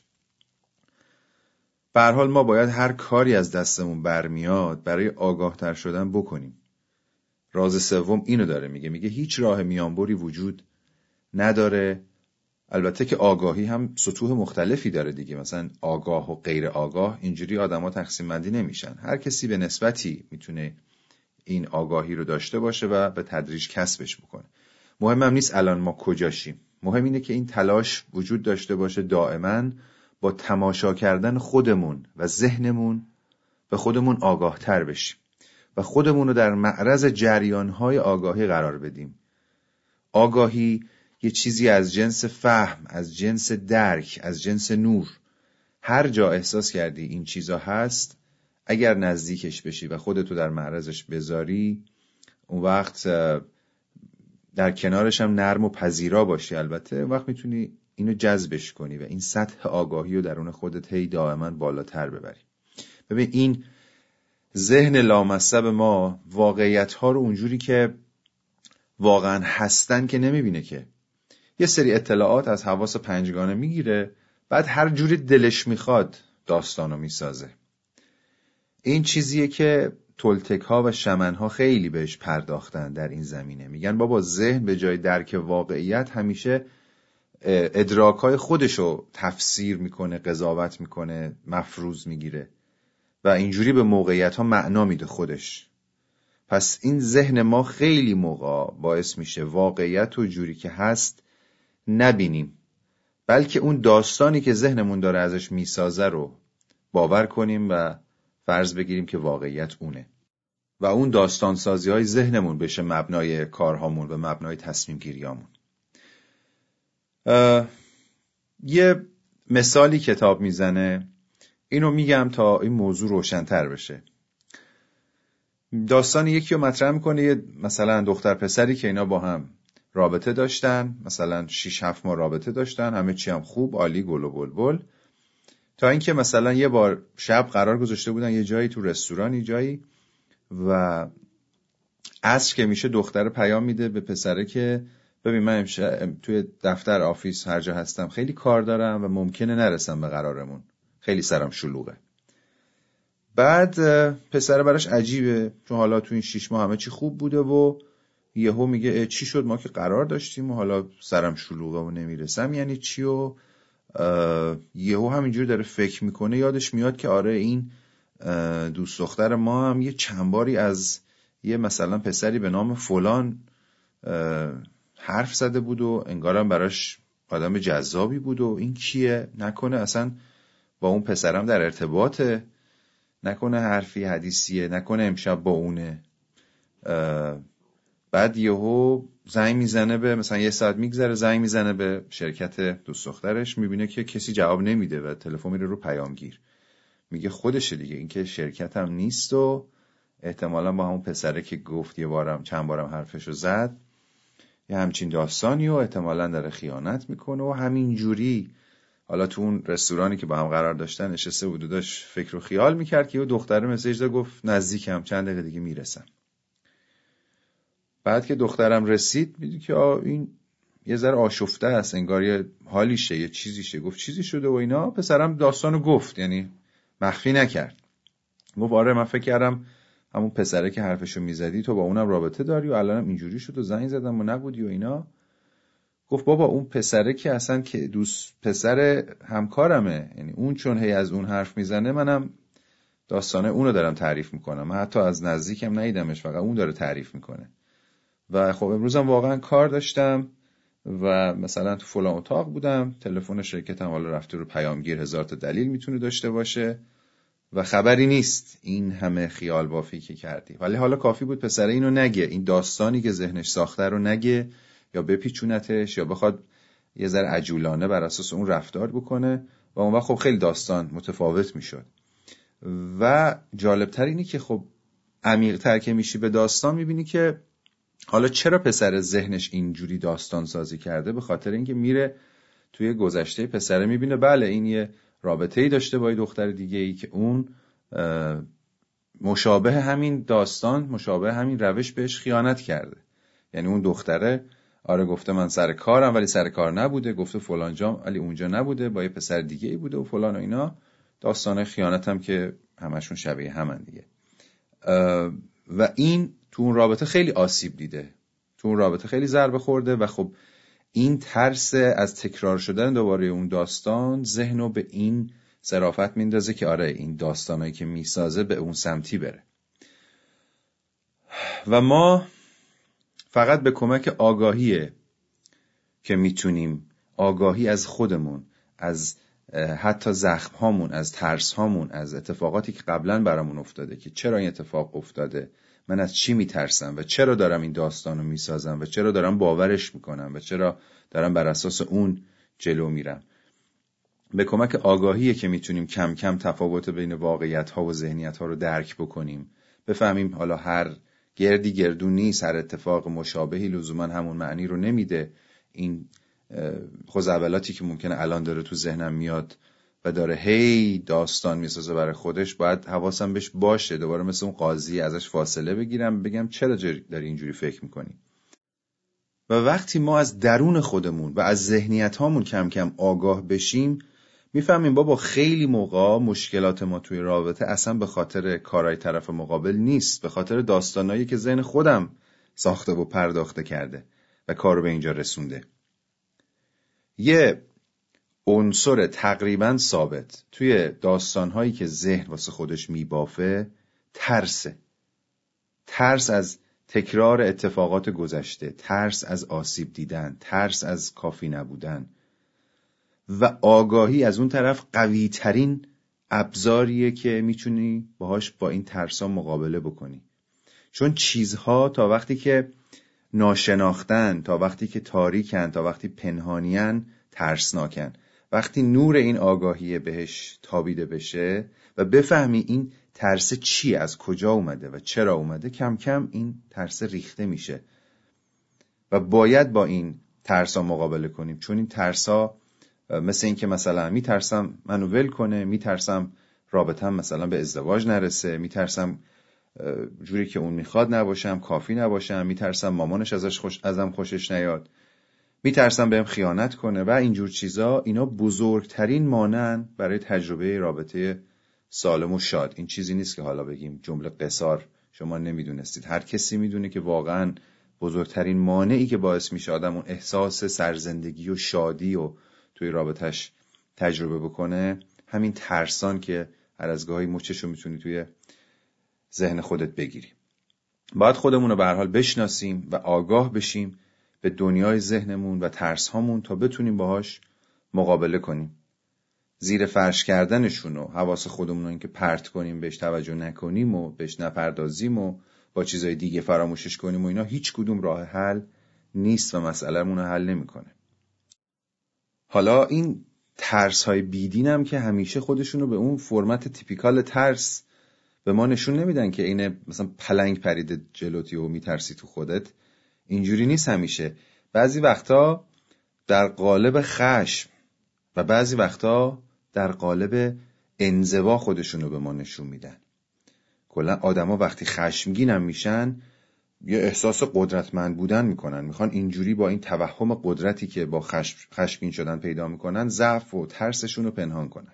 به هر حال ما باید هر کاری از دستمون برمیاد برای آگاه‌تر شدن بکنیم. راز سوم اینو داره، میگه هیچ راه میانبری وجود نداره. البته که آگاهی هم سطوح مختلفی داره دیگه، مثلا آگاه و غیر آگاه، اینجوری آدما تقسیم بندی نمیشن. هر کسی به نسبتی میتونه این آگاهی رو داشته باشه و به تدریج کسبش بکنه. مهمم نیست الان ما کجاشیم، مهم اینه که این تلاش وجود داشته باشه دائما با تماشا کردن خودمون و ذهنمون به خودمون آگاه تر بشیم و خودمون رو در معرض جریان‌های آگاهی قرار بدیم. آگاهی یه چیزی از جنس فهم، از جنس درک، از جنس نور. هر جا احساس کردی این چیزا هست، اگر نزدیکش بشی و خودتو در معرضش بذاری، اون وقت در کنارش هم نرم و پذیرا باشی، البته اون وقت میتونی اینو جذبش کنی و این سطح آگاهی رو درون خودت هی دائما بالاتر ببری. ببین این ذهن لامصب ما واقعیت‌ها رو اونجوری که واقعا هستن که نمیبینه، که یه سری اطلاعات از حواس پنجگانه میگیره، بعد هر جوری دلش میخواد داستانو میسازه. این چیزیه که تولتک ها و شمن ها خیلی بهش پرداختن در این زمینه. میگن بابا ذهن به جای درک واقعیت همیشه ادراکای خودشو تفسیر میکنه، قضاوت میکنه، مفروض میگیره و اینجوری به موقعیت ها معنا میده خودش. پس این ذهن ما خیلی موقع باعث میشه واقعیت و جوری که هست نبینیم، بلکه اون داستانی که ذهنمون داره ازش میسازه رو باور کنیم و فرض بگیریم که واقعیت اونه و اون داستان سازی های ذهنمون بشه مبنای کارهامون و مبنای تصمیم گیریامون. یه مثالی کتاب میزنه، اینو میگم تا این موضوع روشن‌تر بشه. داستان یکی رو مطرح میکنه، مثلا دختر پسری که اینا با هم رابطه داشتن، مثلا 6-7 ماه رابطه داشتن، همه چی هم خوب، عالی، گل و بلبل، تا اینکه مثلا یه بار شب قرار گذاشته بودن یه جایی تو رستورانی جایی و عصر که میشه دختر پیام میده به پسره که ببین من توی دفتر آفیس هر جا هستم خیلی کار دارم و ممکنه نرسم به قرارمون، خیلی سرم شلوغه. بعد پسر براش عجیبه چون حالا تو این 6 ماه همه چی خوب بوده و یهو میگه چی شد، ما که قرار داشتیم و حالا سرم شلوغه و نمیرسم، یعنی چی؟ و یهو همینجوری داره فکر میکنه، یادش میاد که آره این دوست دختر ما هم یه چند باری از یه مثلا پسری به نام فلان حرف زده بود و انگارم براش آدم جذابی بود و این کیه؟ نکنه اصلا با اون پسرم در ارتباطه، نکنه حرفی حدیثیه، نکنه امشب با اونه. بعد یهو زنگ میزنه به مثلا 1 ساعت میگذره، زنگ میزنه به شرکت دوست دخترش، میبینه که کسی جواب نمیده و تلفن میره رو پیامگیر. میگه خودشه دیگه، این که شرکت هم نیست و احتمالا با همون پسره که گفت یه بارم چند بارم حرفشو زد یه همچین داستانی و احتمالا داره خیانت میکنه و همین جوری حالا تو اون رستورانی که با هم قرار داشتن نشسته بود و داشت فکر و خیال میکرد که یه دختره مسیج داد گفت نزدیکم، چند دقیقه دیگه میرسم. بعد که دخترم رسید میدید که این یه ذره آشفته است، انگار یه حالیشه، یه چیزیشه. گفت چیزی شده و اینا. پسرم داستانو گفت، یعنی مخفی نکرد. گفت آره من فکر کردم همون پسره که حرفشو میزدی تو با اونم رابطه داری و الانم اینجوری شد و زنگ زدم و نبودی و اینا. گفت بابا اون پسره که اصلا که دوست پسر همکارمه، یعنی اون چون هی از اون حرف میزنه منم داستانه اونو دارم تعریف میکنم، من حتی از نزدیکم ندیدمش، فقط اون داره تعریف میکنه. و خب امروزم واقعا کار داشتم و مثلا تو فلان اتاق بودم، تلفن شرکتم حالا رفته رو پیامگیر، 1000 تا دلیل میتونه داشته باشه و خبری نیست این همه خیال بافی که کردی. ولی حالا کافی بود پسره اینو نگه، این داستانی که ذهنش ساخته رو نگه یا بپیچونتش یا بخواد یه ذره عجولانه بر اساس اون رفتار بکنه و اون وقت خب خیلی داستان متفاوت میشد. و جالبتر اینی که خب عمیق‌تر که میشی به داستان میبینی که حالا چرا پسر ذهنش اینجوری داستان سازی کرده. به خاطر اینکه میره توی گذشته پسره میبینه بله این یه رابطه‌ای داشته با یه دختر دیگه‌ای که اون مشابه همین داستان، مشابه همین روش بهش خیانت کرده. یعنی اون دختره آره گفته من سر کارم ولی سر کار نبوده، گفته فلان جا ولی اونجا نبوده، با یه پسر دیگه‌ای بوده و فلان و اینا. داستان خیانت هم که همشون شبیه همن دیگه. و این تو اون رابطه خیلی آسیب دیده، تو اون رابطه خیلی ضربه خورده و خب این ترس از تکرار شدن دوباره اون داستان ذهنو به این صرافت میندازه که آره این داستانایی که میسازه به اون سمتی بره. و ما فقط به کمک آگاهیه که میتونیم آگاهی از خودمون، از حتی زخم هامون، از ترس هامون، از اتفاقاتی که قبلا برامون افتاده که چرا این اتفاق افتاده، من از چی میترسم و چرا دارم این داستانو میسازم و چرا دارم باورش میکنم و چرا دارم بر اساس اون جلو میرم. به کمک آگاهیه که میتونیم کم کم تفاوت بین واقعیت ها و ذهنیت ها رو درک بکنیم، بفهمیم حالا هر گردی گردون نیست، هر اتفاق مشابهی لزوما همون معنی رو نمیده. این خزعبلاتی که ممکنه الان داره تو ذهنم میاد و داره هی داستان میسازه برای خودش، باید حواسم بهش باشه، دوباره مثل اون قاضی ازش فاصله بگیرم، بگم چرا داری اینجوری فکر میکنی. و وقتی ما از درون خودمون و از ذهنیت هامون کم کم آگاه بشیم، میفهمیم بابا خیلی موقع مشکلات ما توی رابطه اصلا به خاطر کارهای طرف مقابل نیست، به خاطر داستانایی که ذهن خودم ساخته و پرداخته کرده و کارو به اینجا رسونده. یه عنصر تقریبا ثابت توی داستانهایی که ذهن واسه خودش میبافه ترسه. ترس از تکرار اتفاقات گذشته، ترس از آسیب دیدن، ترس از کافی نبودن و آگاهی از اون طرف قوی ترین ابزاریه که میتونی باهاش با این ترسا مقابله بکنی. چون چیزها تا وقتی که ناشناختن، تا وقتی که تاریکن، تا وقتی پنهانیان ترسناکن. وقتی نور این آگاهی بهش تابیده بشه و بفهمی این ترس چیه، از کجا اومده و چرا اومده، کم کم این ترس ریخته میشه و باید با این ترسا مقابله کنیم. چون این ترسا مثل این که مثلا میترسم منو ول کنه، میترسم رابطم مثلا به ازدواج نرسه، میترسم جوری که اون میخواد نباشم، کافی نباشم، میترسم مامانش ازم خوشش نیاد، میترسم بهم خیانت کنه و اینجور چیزا. اینا بزرگترین مانعن برای تجربه رابطه سالم و شاد. این چیزی نیست که حالا بگیم جمله قصار شما نمیدونستید. هر کسی میدونه که واقعا بزرگترین مانعی که باعث میشه آدم اون احساس سرزندگی و شادی و توی رابطش تجربه بکنه همین ترسان که هر از گاهی مچشو میتونی توی ذهن خودت بگیری. باید خودمون رو به هر حال بشناسیم و آگاه بشیم به دنیای ذهنمون و ترس هامون تا بتونیم باهاش مقابله کنیم. زیر فرش کردنشون و حواس خودمون رو اینکه پرت کنیم، بهش توجه نکنیم و بهش نپردازیم و با چیزای دیگه فراموشش کنیم و اینا هیچ کدوم راه حل نیست و مسئله‌مون رو حل نمی‌کنه. حالا این ترس های بیدین هم که همیشه خودشونو به اون فرمت تیپیکال ترس به ما نشون نمیدن که اینه مثلا پلنگ پریده جلوتی و میترسی تو خودت. اینجوری نیست همیشه. بعضی وقتا در قالب خشم و بعضی وقتا در قالب انزوا خودشونو به ما نشون میدن. کلا آدما وقتی خشمگینم میشن یه احساس قدرتمند بودن میکنن، میخوان اینجوری با این توهم قدرتی که با خشمگین شدن پیدا میکنن ضعف و ترسشون رو پنهان کنن.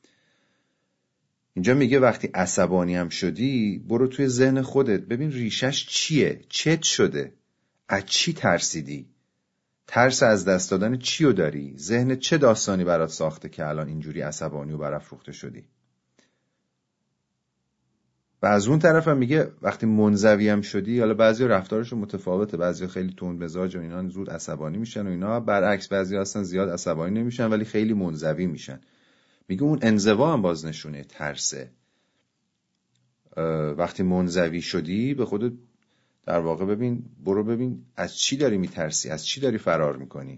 اینجا میگه وقتی عصبانی هم شدی برو توی ذهن خودت ببین ریشش چیه، چت شده، از چی ترسیدی، ترس از دست دادن چی رو داری، ذهن چه داستانی برات ساخته که الان اینجوری عصبانی و برافروخته شدی. و از اون طرف هم میگه وقتی منزوی هم شدی، حالا بعضی رفتارشون متفاوته، بعضی خیلی تند مزاج و اینا زود عصبانی میشن و اینا، برعکس بعضی هستن زیاد عصبانی نمیشن ولی خیلی منزوی میشن. میگه اون انزوا هم باز نشونه ترسه. وقتی منزوی شدی به خودت در واقع برو ببین از چی داری میترسی، از چی داری فرار میکنی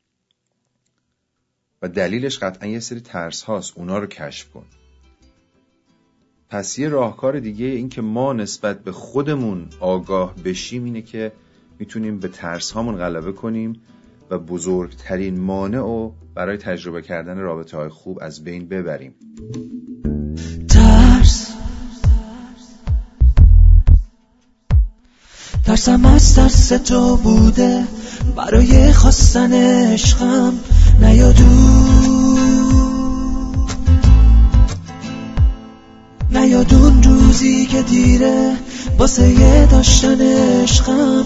و دلیلش قطعا یه سری ترس هاست، اونا رو کشف کن. پس یه راهکار دیگه این که ما نسبت به خودمون آگاه بشیم اینه که میتونیم به ترس هامون غلبه کنیم و بزرگترین مانع رو برای تجربه کردن رابطه های خوب از بین ببریم. ترسم از ترس تو بوده برای خواستن عشقم نیادون روزی که دیره واسه یه داشتن عشقم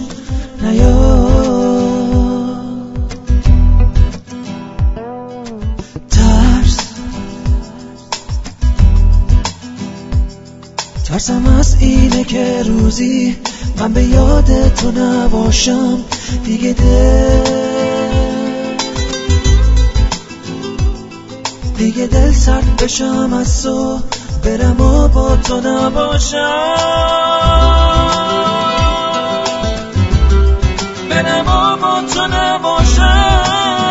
ترسم از اینه که روزی من به یاد تو نباشم دیگه دل سرد بشم از تو برم و با تو نباشم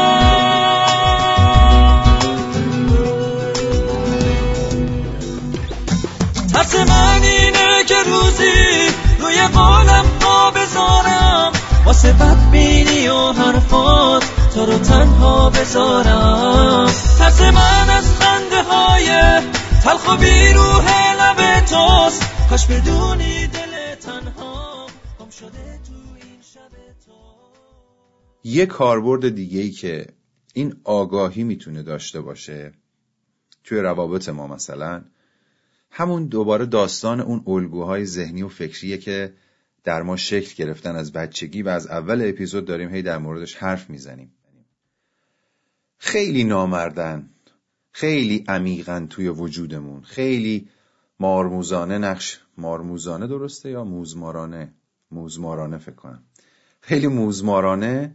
ترس من اینه که روزی روی قالم ها بذارم واسه بدبینی و حرفات تو رو تنها بذارم. ترس من از خنده های تلخ و بیروح لب توست، کاش بدونی دل تنها گم شده تو این شب تو. یه کاربرد دیگه‌ای که این آگاهی میتونه داشته باشه توی روابط ما مثلا همون دوباره داستان اون الگوهای ذهنی و فکریه که در ما شکل گرفتن از بچگی و از اول اپیزود داریم هی در موردش حرف میزنیم. خیلی نامردن، خیلی عمیقن توی وجودمون، خیلی مارموزانه درسته یا موزمارانه فکر کنم، خیلی موزمارانه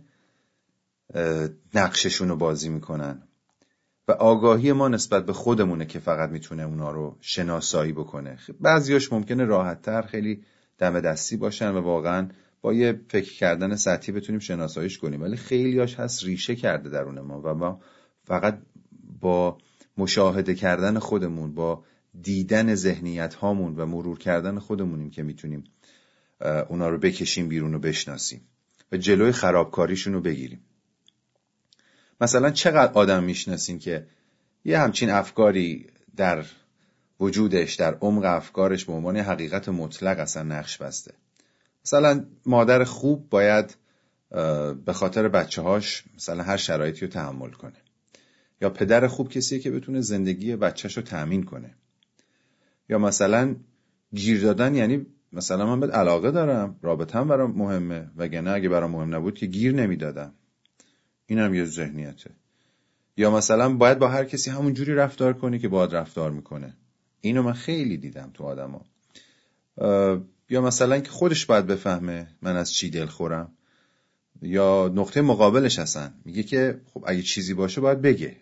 نقششونو بازی میکنن و آگاهی ما نسبت به خودمونه که فقط میتونه اونا رو شناسایی بکنه. بعضیاش ممکنه راحت‌تر خیلی دم دستی باشن و واقعا با یه فکر کردن سطحی بتونیم شناساییش کنیم، ولی خیلیاش هست ریشه کرده درون ما و ما فقط با مشاهده کردن خودمون، با دیدن ذهنیت هامون و مرور کردن خودمونیم که میتونیم اونا رو بکشیم بیرون و بشناسیم و جلوی خرابکاریشون رو بگیریم. مثلا چقدر آدم میشناسین که یه همچین افکاری در وجودش، در عمق افکارش به عنوان حقیقت مطلق اصلا نقش بسته. مثلا مادر خوب باید به خاطر بچه‌هاش مثلا هر شرایطی رو تحمل کنه، یا پدر خوب کسیه که بتونه زندگی بچه‌شو تأمین کنه، یا مثلا گیر دادن یعنی مثلا من بهت علاقه دارم، رابطه‌ام برام مهمه، وگرنه اگه برام مهم نبود که گیر نمیدادم. اینم یه ذهنیته. یا مثلا باید با هر کسی همون جوری رفتار کنی که باهات رفتار میکنه. اینو من خیلی دیدم تو آدما. یا مثلا که خودش باید بفهمه من از چی دلخورم، یا نقطه مقابلش هستن میگه که خب اگه چیزی باشه باید بگه،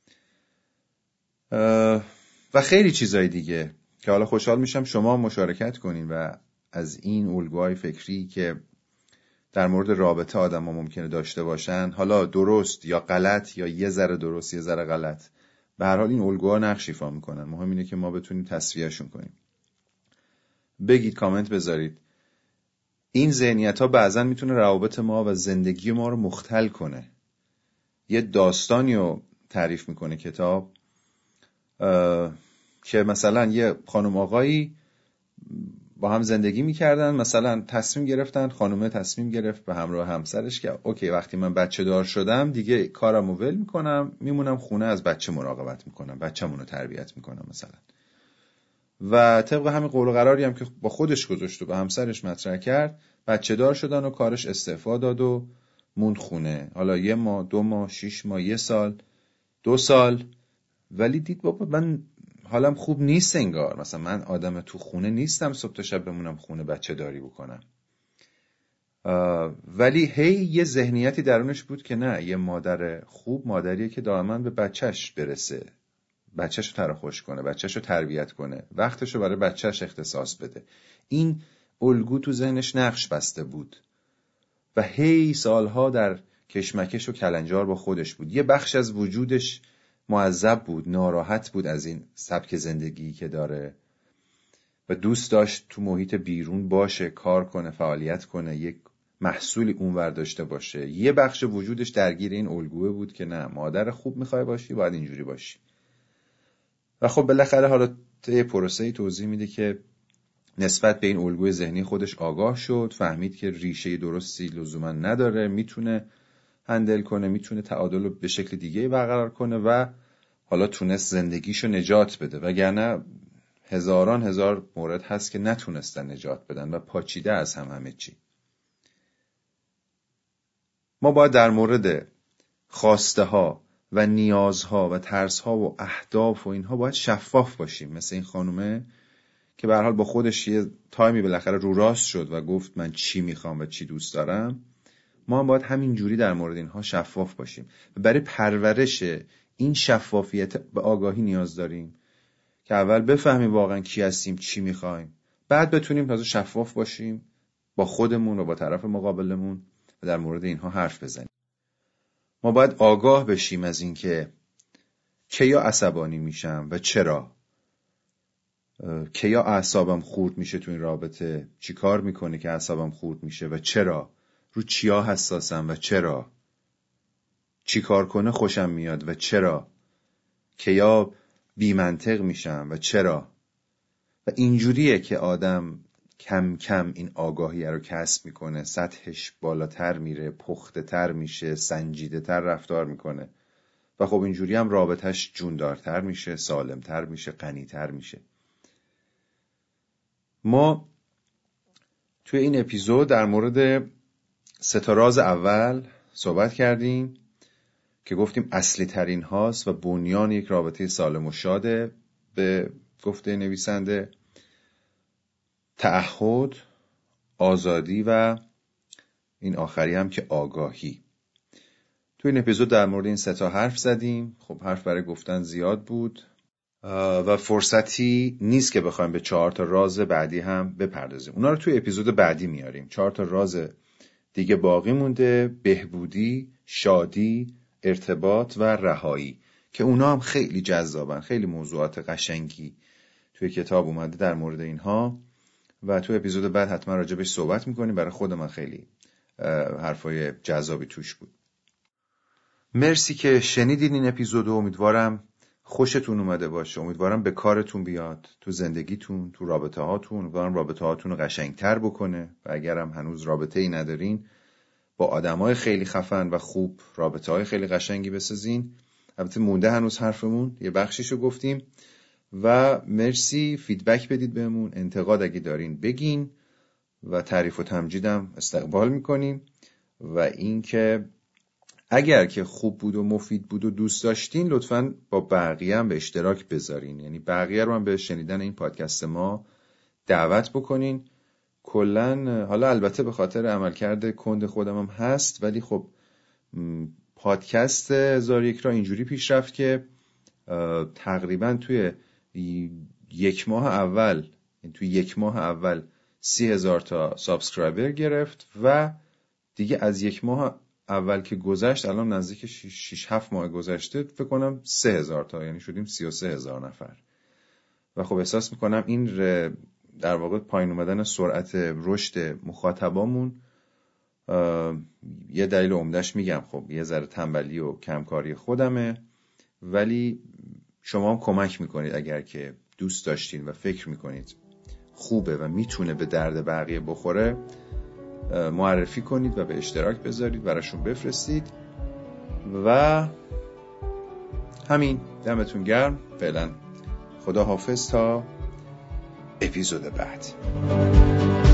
و خیلی چیزای دیگه که حالا خوشحال میشم شما مشارکت کنین و از این الگوهای فکری که در مورد رابطه آدم‌ها ممکنه داشته باشن، حالا درست یا غلط یا یه ذره درست یه ذره غلط، به هر حال این الگوها نقش ایفا میکنن. مهم اینه که ما بتونیم تصفیهشون کنیم. بگید، کامنت بذارید. این ذهنیت‌ها بعضا میتونه روابط ما و زندگی ما رو مختل کنه. یه داستانی رو تعریف میکنه کتاب که مثلا یه خانم آقایی با هم زندگی میکردن، مثلا تصمیم گرفتن، خانومه تصمیم گرفت به همراه همسرش که اوکی وقتی من بچه دار شدم دیگه کارمو ول میکنم، میمونم خونه از بچه مراقبت میکنم، بچه‌مونو تربیت میکنم مثلا. و طبق همین قول و قراری هم که با خودش گذاشت و با همسرش مطرح کرد، بچه دار شدن و کارش استعفا داد و موند خونه. حالا 1 ماه، 2 ماه، 6 ماه، 1 سال، 2 سال، ولی دید بابا من حالم خوب نیست انگار، مثلا من آدم تو خونه نیستم صبح تا شب بمونم خونه بچه داری بکنم. ولی هی یه ذهنیتی درونش بود که نه، یه مادر خوب مادریه که دائما به بچهش برسه، بچهشو تراخوش کنه، بچهشو تربیت کنه، وقتشو برای بچهش اختصاص بده. این الگو تو ذهنش نقش بسته بود و هی سالها در کشمکش و کلنجار با خودش بود. یه بخش از وجودش معذب بود، ناراحت بود از این سبک زندگی که داره و دوست داشت تو محیط بیرون باشه، کار کنه، فعالیت کنه، یک محصولی اونور داشته باشه. یه بخش وجودش درگیر این الگوه بود که نه، مادر خوب میخوای باشی باید اینجوری باشی. و خب بالاخره حالا یه پروسه‌ای توضیح میده که نسبت به این الگوی ذهنی خودش آگاه شد، فهمید که ریشه درستی لزوما نداره، میتونه هندل کنه، میتونه تعادل رو به شکل دیگه برقرار کنه و حالا تونست زندگیشو نجات بده. وگرنه هزار مورد هست که نتونستن نجات بدن و پاچیده از همه چی. ما باید در مورد خواسته ها و نیازها و ترسها و اهداف و اینها باید شفاف باشیم، مثل این خانومه که به هر حال با خودش یه تایمی بالاخره رو راست شد و گفت من چی میخوام و چی دوست دارم. ما هم باید همین جوری در مورد اینها شفاف باشیم. برای پرورش این شفافیت به آگاهی نیاز داریم که اول بفهمیم واقعا کی هستیم، چی میخوایم، بعد بتونیم تازه شفاف باشیم با خودمون و با طرف مقابلمون و در مورد اینها حرف بزنیم. ما باید آگاه بشیم از این که کیا عصبانی میشم و چرا، کیا اعصابم خورد میشه تو این رابطه، چی کار میکنه که اعصابم خورد میشه و چرا، رو چیا حساسم و چرا، چی کار کنه خوشم میاد و چرا، کیا بی منطق میشم و چرا. و اینجوریه که آدم کم کم این آگاهی رو کسب میکنه، سطحش بالاتر میره، پخته تر میشه، سنجیده تر رفتار میکنه و خب اینجوری هم رابطهش جوندارتر میشه، سالمتر میشه، غنی‌تر میشه. ما توی این اپیزود در مورد 3 راز اول صحبت کردیم که گفتیم اصلی ترین هاست و بنیان یک رابطه سالم و شاده به گفته نویسنده: تعهد، آزادی و این آخری هم که آگاهی. تو این اپیزود در مورد این 3 حرف زدیم. خب حرف برای گفتن زیاد بود و فرصتی نیست که بخوایم به 4 راز بعدی هم بپردازیم. اونا رو توی اپیزود بعدی میاریم. 4 راز دیگه باقی مونده: بهبودی، شادی، ارتباط و رهایی، که اونا هم خیلی جذابن. خیلی موضوعات قشنگی توی کتاب اومده در مورد اینها و توی اپیزود بعد حتما راجبش صحبت میکنیم. برای خود من خیلی حرفای جذابی توش بود. مرسی که شنیدین این اپیزودو. امیدوارم خوشتون اومده باشه. امیدوارم به کارتون بیاد، تو زندگیتون، تو رابطه هاتون. امیدوارم رابطه هاتون رو قشنگتر بکنه و اگرم هنوز رابطه ای ندارین، با آدمای خیلی خفن و خوب رابطه های خیلی قشنگی بسازین. البته مونده هنوز حرفمون، یه بخشیشو گفتیم. و مرسی، فیدبک بدید بهمون، انتقاد اگه دارین بگین و تعریف و تمجیدم استقبال میکنیم. و اینکه اگر که خوب بود و مفید بود و دوست داشتین، لطفاً با بقیه هم به اشتراک بذارین. یعنی بقیه رو هم به شنیدن این پادکست ما دعوت بکنین. کلاً حالا البته به خاطر عملکرد کند خودم هم هست، ولی خب پادکست 1001 را اینجوری پیش رفت که تقریباً توی 1 ماه اول 30,000 تا سابسکرایبر گرفت و دیگه از 1 ماه اول که گذشت الان نزدیک 6-7 ماه گذشته فکر کنم 3,000 تا، یعنی شدیم 33,000 نفر. و خب احساس میکنم این در واقع پایین اومدن سرعت رشد مخاطبامون یه دلیل عمدهش میگم خب یه ذره تنبلی و کمکاری خودمه، ولی شما هم کمک میکنید. اگر که دوست داشتین و فکر میکنید خوبه و میتونه به درد بقیه بخوره، معرفی کنید و به اشتراک بذارید، براشون بفرستید. و همین، دمتون گرم. فعلا خدا حافظ تا اپیزود بعد.